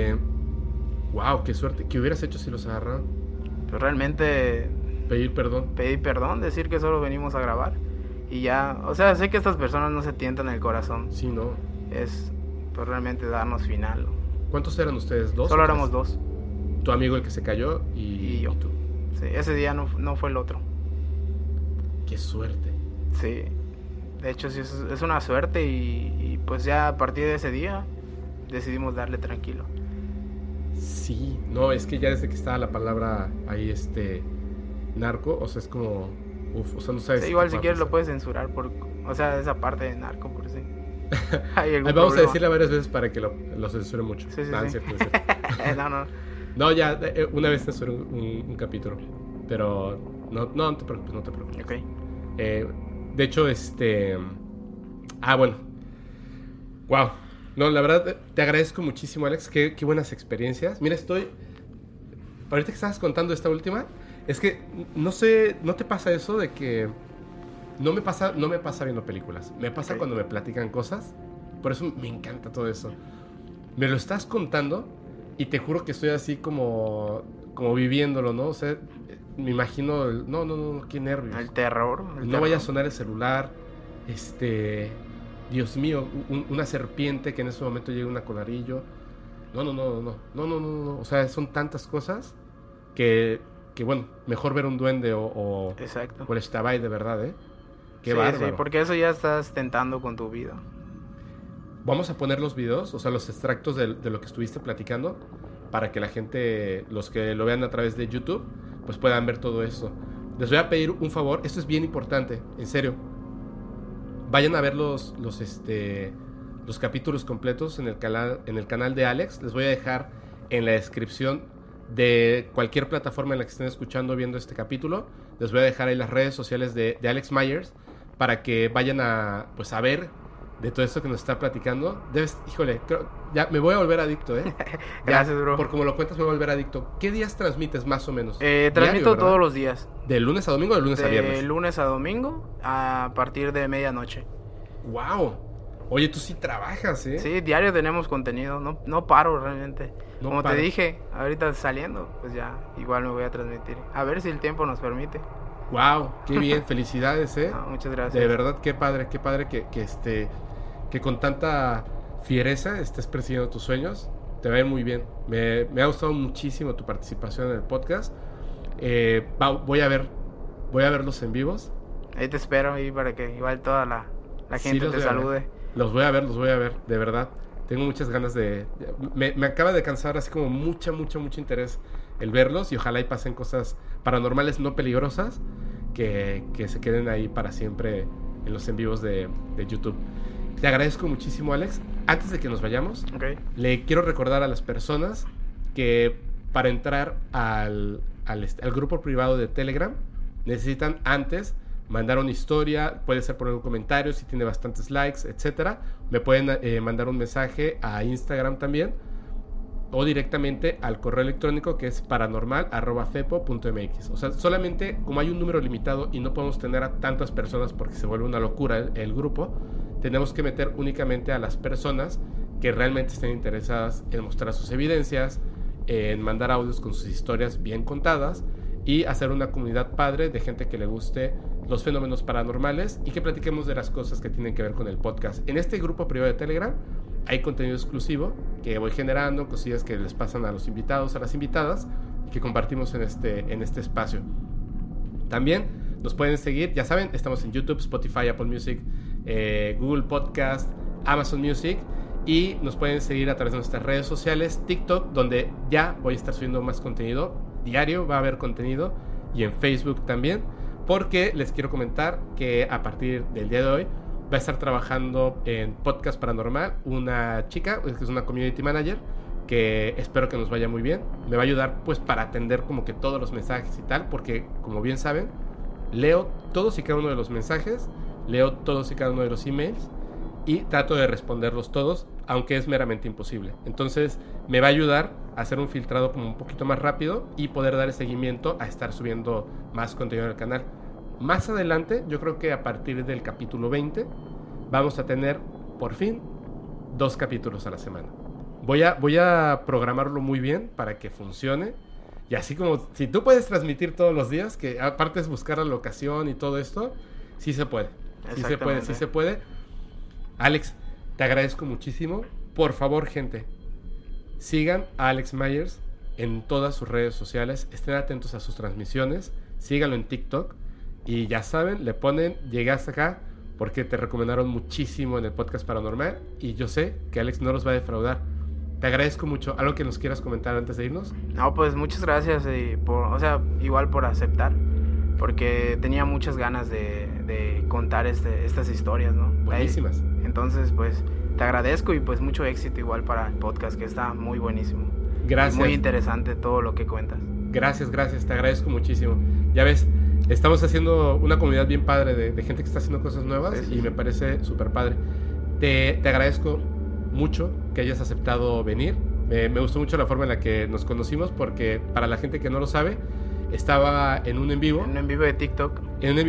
C: wow, qué suerte. ¿Qué hubieras hecho si los agarraran?
D: Pues realmente
C: Pedir perdón.
D: pedir perdón, decir que solo venimos a grabar. Y ya, o sea, sé que estas personas no se tientan el corazón.
C: Sí, no.
D: Es pues realmente darnos final.
C: ¿Cuántos eran ustedes? ¿2?
D: Solo
C: o
D: éramos
C: 3?
D: 2.
C: Tu amigo el que se cayó y
D: yo.
C: tú.
D: Sí, ese día no fue el otro.
C: Qué suerte.
D: Sí. De hecho, sí, es una suerte y pues ya a partir de ese día decidimos darle tranquilo.
C: Sí, no, es que ya desde que estaba la palabra ahí, narco, o sea, es como, o sea, no sabes.
D: Sí, igual si quieres lo puedes censurar o sea, esa parte de narco, por sí.
C: Vamos a decirle varias veces para que lo censure mucho.
D: Sí.
C: No, es cierto, es cierto.
D: No.
C: No, ya, una vez censuré un capítulo, pero no te preocupes.
D: Ok.
C: De hecho, bueno. Wow. No, la verdad, te agradezco muchísimo, Alex. Qué buenas experiencias. Mira, ahorita que estabas contando esta última, es que, no sé, ¿no te pasa eso de que no me pasa viendo películas? Me pasa cuando me platican cosas. Por eso me encanta todo eso. Me lo estás contando y te juro que estoy así como viviéndolo, ¿no? O sea, me imagino, no, qué nervios.
D: El terror.
C: No vaya a sonar el celular. Dios mío, una serpiente que en ese momento llegue un aconarillo. No. O sea, son tantas cosas que bueno, mejor ver un duende o
D: Exacto.
C: o el Shtabai de verdad, ¿eh? Qué
D: Sí,
C: bárbaro.
D: sí, porque eso ya estás tentando con tu vida.
C: Vamos a poner los videos, o sea, los extractos de lo que estuviste platicando, para que la gente, los que lo vean a través de YouTube, pues puedan ver todo eso. Les voy a pedir un favor, esto es bien importante, en serio. Vayan a ver los capítulos completos en el canal de Alex. Les voy a dejar en la descripción de cualquier plataforma en la que estén escuchando o viendo este capítulo. Les voy a dejar ahí las redes sociales de Alex Myers, para que vayan a ver de todo esto que nos está platicando. Híjole, ya me voy a volver adicto, ¿eh?
D: Gracias, bro.
C: Por como lo cuentas me voy a volver adicto. ¿Qué días transmites más o menos?
D: Transmito todos los días.
C: ¿De lunes a domingo o de lunes a viernes?
D: De lunes a domingo a partir de medianoche.
C: ¡Wow! Oye, tú sí trabajas, ¿eh?
D: Sí, diario tenemos contenido. No paro realmente.
C: No
D: como
C: paras.
D: te dije, ahorita saliendo, pues ya igual me voy a transmitir. A ver si el tiempo nos permite.
C: ¡Wow! ¡Qué bien! Felicidades, ¿eh?
D: No, muchas gracias.
C: De verdad, qué padre que con tanta fiereza estés persiguiendo tus sueños. Te va a ir muy bien. Me ha gustado muchísimo tu participación en el podcast. Voy a verlos en vivos.
D: Ahí te espero ahí para que igual toda la gente
C: los
D: te
C: voy a ver.
D: salude.
C: Los voy a ver, de verdad. Tengo muchas ganas me acaba de cansar así como mucho interés el verlos, y ojalá y pasen cosas paranormales no peligrosas que se queden ahí para siempre en los en vivos de YouTube. Te agradezco muchísimo, Alex. Antes de que nos vayamos, le quiero recordar a las personas que para entrar al grupo privado de Telegram necesitan antes mandar una historia, puede ser poner un comentario si tiene bastantes likes, etcétera. Me pueden mandar un mensaje a Instagram también, o directamente al correo electrónico que es paranormal@fepo.mx. O sea, solamente como hay un número limitado y no podemos tener a tantas personas porque se vuelve una locura el grupo, tenemos que meter únicamente a las personas que realmente estén interesadas en mostrar sus evidencias, en mandar audios con sus historias bien contadas, y hacer una comunidad padre de gente que le guste los fenómenos paranormales y que platiquemos de las cosas que tienen que ver con el podcast. En este grupo privado de Telegram hay contenido exclusivo que voy generando, cosillas que les pasan a los invitados, a las invitadas, y que compartimos en este espacio. También nos pueden seguir, ya saben, estamos en YouTube, Spotify, Apple Music, Google Podcast, Amazon Music, y nos pueden seguir a través de nuestras redes sociales, TikTok, donde ya voy a estar subiendo más contenido diario, va a haber contenido, y en Facebook también, porque les quiero comentar que a partir del día de hoy va a estar trabajando en Podcast Paranormal una chica, que es una community manager, que espero que nos vaya muy bien. Me va a ayudar pues para atender como que todos los mensajes y tal, porque como bien saben, leo todos y cada uno de los mensajes, leo todos y cada uno de los emails, y trato de responderlos todos, aunque es meramente imposible. Entonces me va a ayudar a hacer un filtrado como un poquito más rápido y poder dar seguimiento a estar subiendo más contenido en el canal. Más adelante, yo creo que a partir del capítulo 20 vamos a tener por fin 2 capítulos a la semana. Voy a programarlo muy bien para que funcione, y así como si tú puedes transmitir todos los días, que aparte es buscar la locación y todo esto, sí se puede. Sí se puede. Alex, te agradezco muchísimo. Por favor, gente, sigan a Alex Myers en todas sus redes sociales, estén atentos a sus transmisiones, síganlo en TikTok, y ya saben, le ponen llegué hasta acá porque te recomendaron muchísimo en el podcast paranormal, y yo sé que Alex no los va a defraudar. Te agradezco mucho. ¿Algo que nos quieras comentar antes de irnos?
D: No, pues muchas gracias, igual por aceptar, porque tenía muchas ganas de contar estas historias, ¿no?
C: Buenísimas.
D: Entonces, pues, te agradezco, y pues mucho éxito igual para el podcast, que está muy buenísimo.
C: Gracias.
D: Muy interesante todo lo que cuentas.
C: Gracias, te agradezco muchísimo. Ya ves, estamos haciendo una comunidad bien padre de gente que está haciendo cosas nuevas, sí. Y me parece súper padre. Te agradezco mucho que hayas aceptado venir. Me gustó mucho la forma en la que nos conocimos, porque para la gente que no lo sabe, estaba en un en vivo.
D: En un en vivo de TikTok.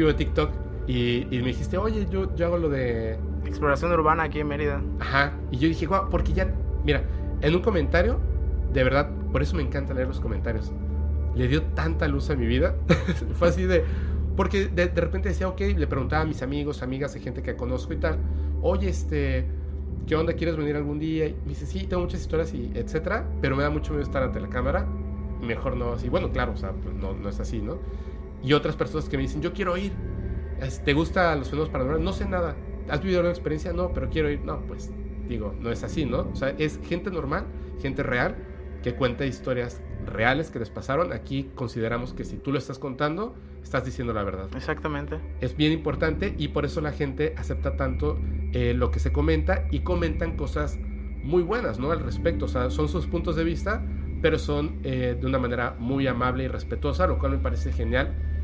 C: Y me dijiste, oye, yo hago lo de
D: exploración urbana aquí en Mérida.
C: Ajá. Y yo dije, guau, porque ya, mira, en un comentario, de verdad, por eso me encanta leer los comentarios. Le dio tanta luz a mi vida. Fue así porque de repente decía, ok, le preguntaba a mis amigos, amigas, de gente que conozco y tal, oye, ¿qué onda? ¿Quieres venir algún día? Y me dice, sí, tengo muchas historias y etcétera, pero me da mucho miedo estar ante la cámara. Mejor no así. Bueno, claro, o sea, pues no es así, ¿no? Y otras personas que me dicen, yo quiero ir. ¿Te gustan los fenómenos paranormales? No sé nada. ¿Has vivido una experiencia? No, pero quiero ir. No, pues, digo, no es así, ¿no? O sea, es gente normal, gente real, que cuenta historias reales que les pasaron. Aquí consideramos que si tú lo estás contando, estás diciendo la verdad.
D: Exactamente.
C: Es bien importante, y por eso la gente acepta tanto lo que se comenta, y comentan cosas muy buenas, ¿no? Al respecto. O sea, son sus puntos de vista, pero son de una manera muy amable y respetuosa, lo cual me parece genial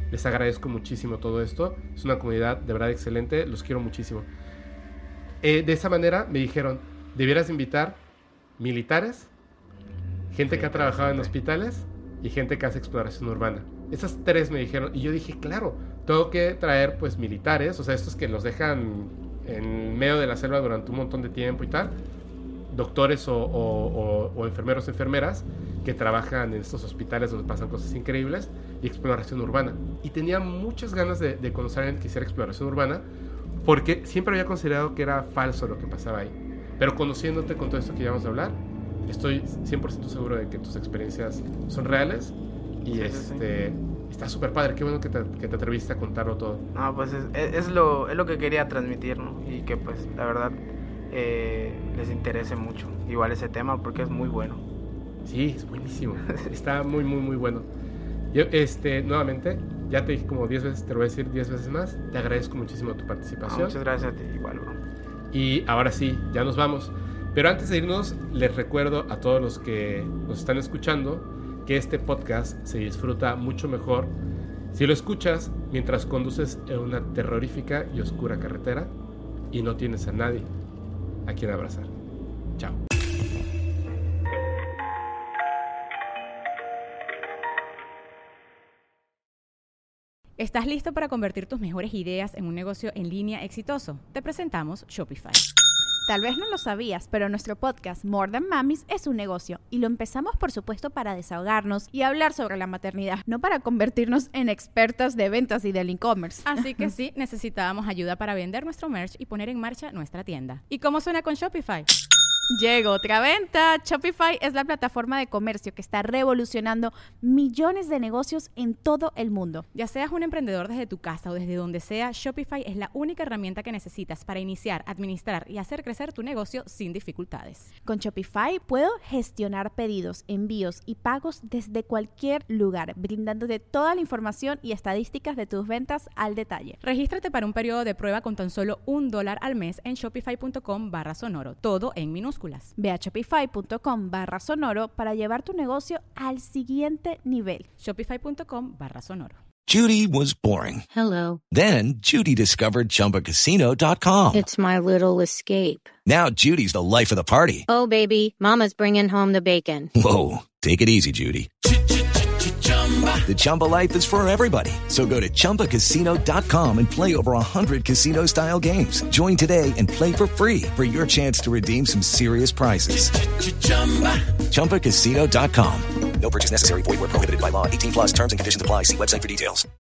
C: Les agradezco muchísimo todo esto. Es una comunidad de verdad excelente. Los quiero muchísimo. De esa manera me dijeron, debieras invitar militares, gente que ha trabajado en hospitales y gente que hace exploración urbana. Esas tres me dijeron. Y yo dije, claro, tengo que traer pues militares. O sea, estos que los dejan en medio de la selva durante un montón de tiempo y tal. Doctores o enfermeros, enfermeras que trabajan en estos hospitales donde pasan cosas increíbles, y exploración urbana. Y tenía muchas ganas de conocer a alguien que hiciera exploración urbana, porque siempre había considerado que era falso lo que pasaba ahí. Pero conociéndote con todo esto que ya vamos a hablar, estoy 100% seguro de que tus experiencias son reales. Y
D: sí.
C: Está súper padre. Qué bueno que te atreviste a contarlo todo.
D: No, pues es lo que quería transmitir, ¿no? Y que pues la verdad les interese mucho igual ese tema, porque es muy bueno.
C: Sí, es buenísimo. Está muy, muy, muy bueno. Yo, nuevamente, ya te dije como 10 veces, te lo voy a decir 10 veces más. Te agradezco muchísimo tu participación.
D: Muchas gracias a ti, igual, bro.
C: Y ahora sí, ya nos vamos. Pero antes de irnos, les recuerdo a todos los que nos están escuchando que este podcast se disfruta mucho mejor si lo escuchas mientras conduces en una terrorífica y oscura carretera y no tienes a nadie a quien abrazar. Chao.
A: ¿Estás listo para convertir tus mejores ideas en un negocio en línea exitoso? Te presentamos Shopify.
B: Tal vez no lo sabías, pero nuestro podcast More Than Mamis es un negocio y lo empezamos por supuesto para desahogarnos y hablar sobre la maternidad, no para convertirnos en expertas de ventas y del e-commerce.
A: Así que sí, necesitábamos ayuda para vender nuestro merch y poner en marcha nuestra tienda. ¿Y cómo suena con Shopify?
B: Llegó otra venta. Shopify es la plataforma de comercio que está revolucionando millones de negocios en todo el mundo.
A: Ya seas un emprendedor desde tu casa o desde donde sea, Shopify es la única herramienta que necesitas para iniciar, administrar y hacer crecer tu negocio sin dificultades.
B: Con Shopify puedo gestionar pedidos, envíos y pagos desde cualquier lugar, brindándote toda la información y estadísticas de tus ventas al detalle.
A: Regístrate para un periodo de prueba con tan solo $1 al mes en shopify.com/sonoro, todo en minúsculas.
B: Ve a shopify.com/sonoro para llevar tu negocio al siguiente nivel.
A: Shopify.com/sonoro.
F: Judy was boring.
G: Hello.
F: Then Judy discovered ChumbaCasino.com.
G: It's my little escape.
F: Now Judy's the life of the party.
G: Oh, baby, mama's bringing home the bacon.
F: Whoa, take it easy, Judy. The Chumba life is for everybody. So go to ChumbaCasino.com and play over 100 casino-style games. Join today and play for free for your chance to redeem some serious prizes. ChumbaCasino.com. No purchase necessary. Void where prohibited by law. 18+ terms and conditions apply. See website for details.